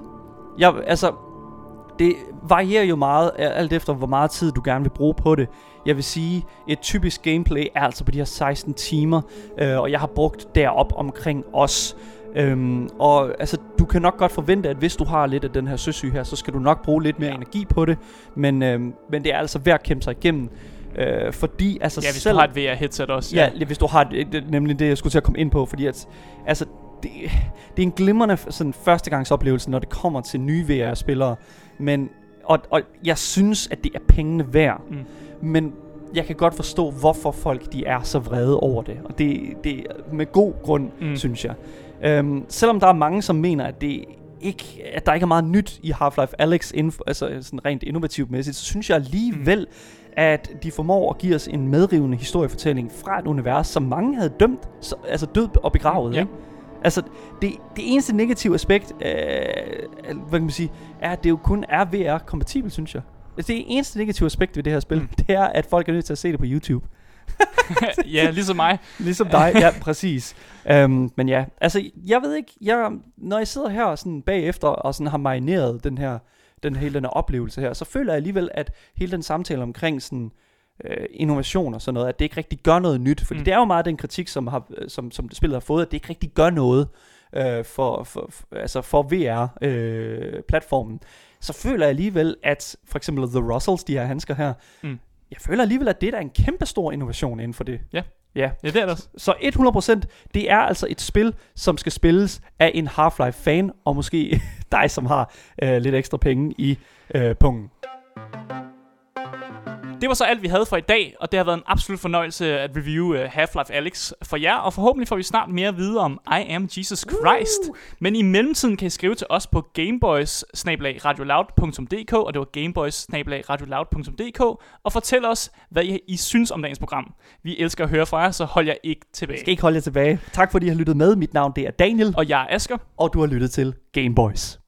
Det varierer jo meget, alt efter hvor meget tid du gerne vil bruge på det. Jeg vil sige, et typisk gameplay er altså på de her 16 timer, og jeg har brugt derop omkring os. Og altså, du kan nok godt forvente, at hvis du har lidt af den her søsyge her, så skal du nok bruge lidt mere energi på det. Men det er altså værd at kæmpe sig igennem. Fordi altså hvis du har et VR-headset også. Ja, hvis du har nemlig det, jeg skulle til at komme ind på. Fordi at, altså, det er en glimrende sådan, førstegangsoplevelse, når det kommer til nye VR-spillere. Men, og jeg synes, at det er pengene værd. Men jeg kan godt forstå, hvorfor folk de er så vrede over det. Og det er med god grund, synes jeg. Selvom der er mange, som mener, at der ikke er meget nyt i Half-Life Alyx, altså sådan rent innovativt mæssigt, så synes jeg alligevel, at de formår at give os en medrivende historiefortælling fra et univers, som mange havde dømt, altså død og begravet, ikke? Altså, det eneste negative aspekt, hvad kan man sige, er, at det jo kun er VR-kompatibelt, synes jeg. Altså, det eneste negative aspekt ved det her spil, det er, at folk er nødt til at se det på YouTube. Ja, ligesom mig. Ligesom dig, ja, præcis. Men ja, altså, jeg ved ikke, når jeg sidder her sådan bagefter og sådan har marineret den her hele den her oplevelse her. Så føler jeg alligevel, at hele den samtale omkring sådan innovation og sådan noget, at det ikke rigtig gør noget nyt. Fordi det er jo meget den kritik, som spillet har fået, at det ikke rigtig gør noget for VR-platformen. Så føler jeg alligevel, at for eksempel The Russells, de her handsker her, jeg føler alligevel, at det er en kæmpe stor innovation inden for det. Ja, det er det. Så 100%, det er altså et spil, som skal spilles af en Half-Life-fan, og måske dig, som har lidt ekstra penge i pungen. Det var så alt, vi havde for i dag, og det har været en absolut fornøjelse at review Half-Life Alyx for jer, og forhåbentlig får vi snart mere at vide om I Am Jesus Christ. Men i mellemtiden kan I skrive til os på gameboys@radioloud.dk, og det var gameboys@radioloud.dk, og fortæl os, hvad I synes om dagens program. Vi elsker at høre fra jer, så hold jer ikke tilbage. Skal ikke holde jer tilbage. Tak fordi I har lyttet med. Mit navn det er Daniel. Og jeg er Asger. Og du har lyttet til Gameboys.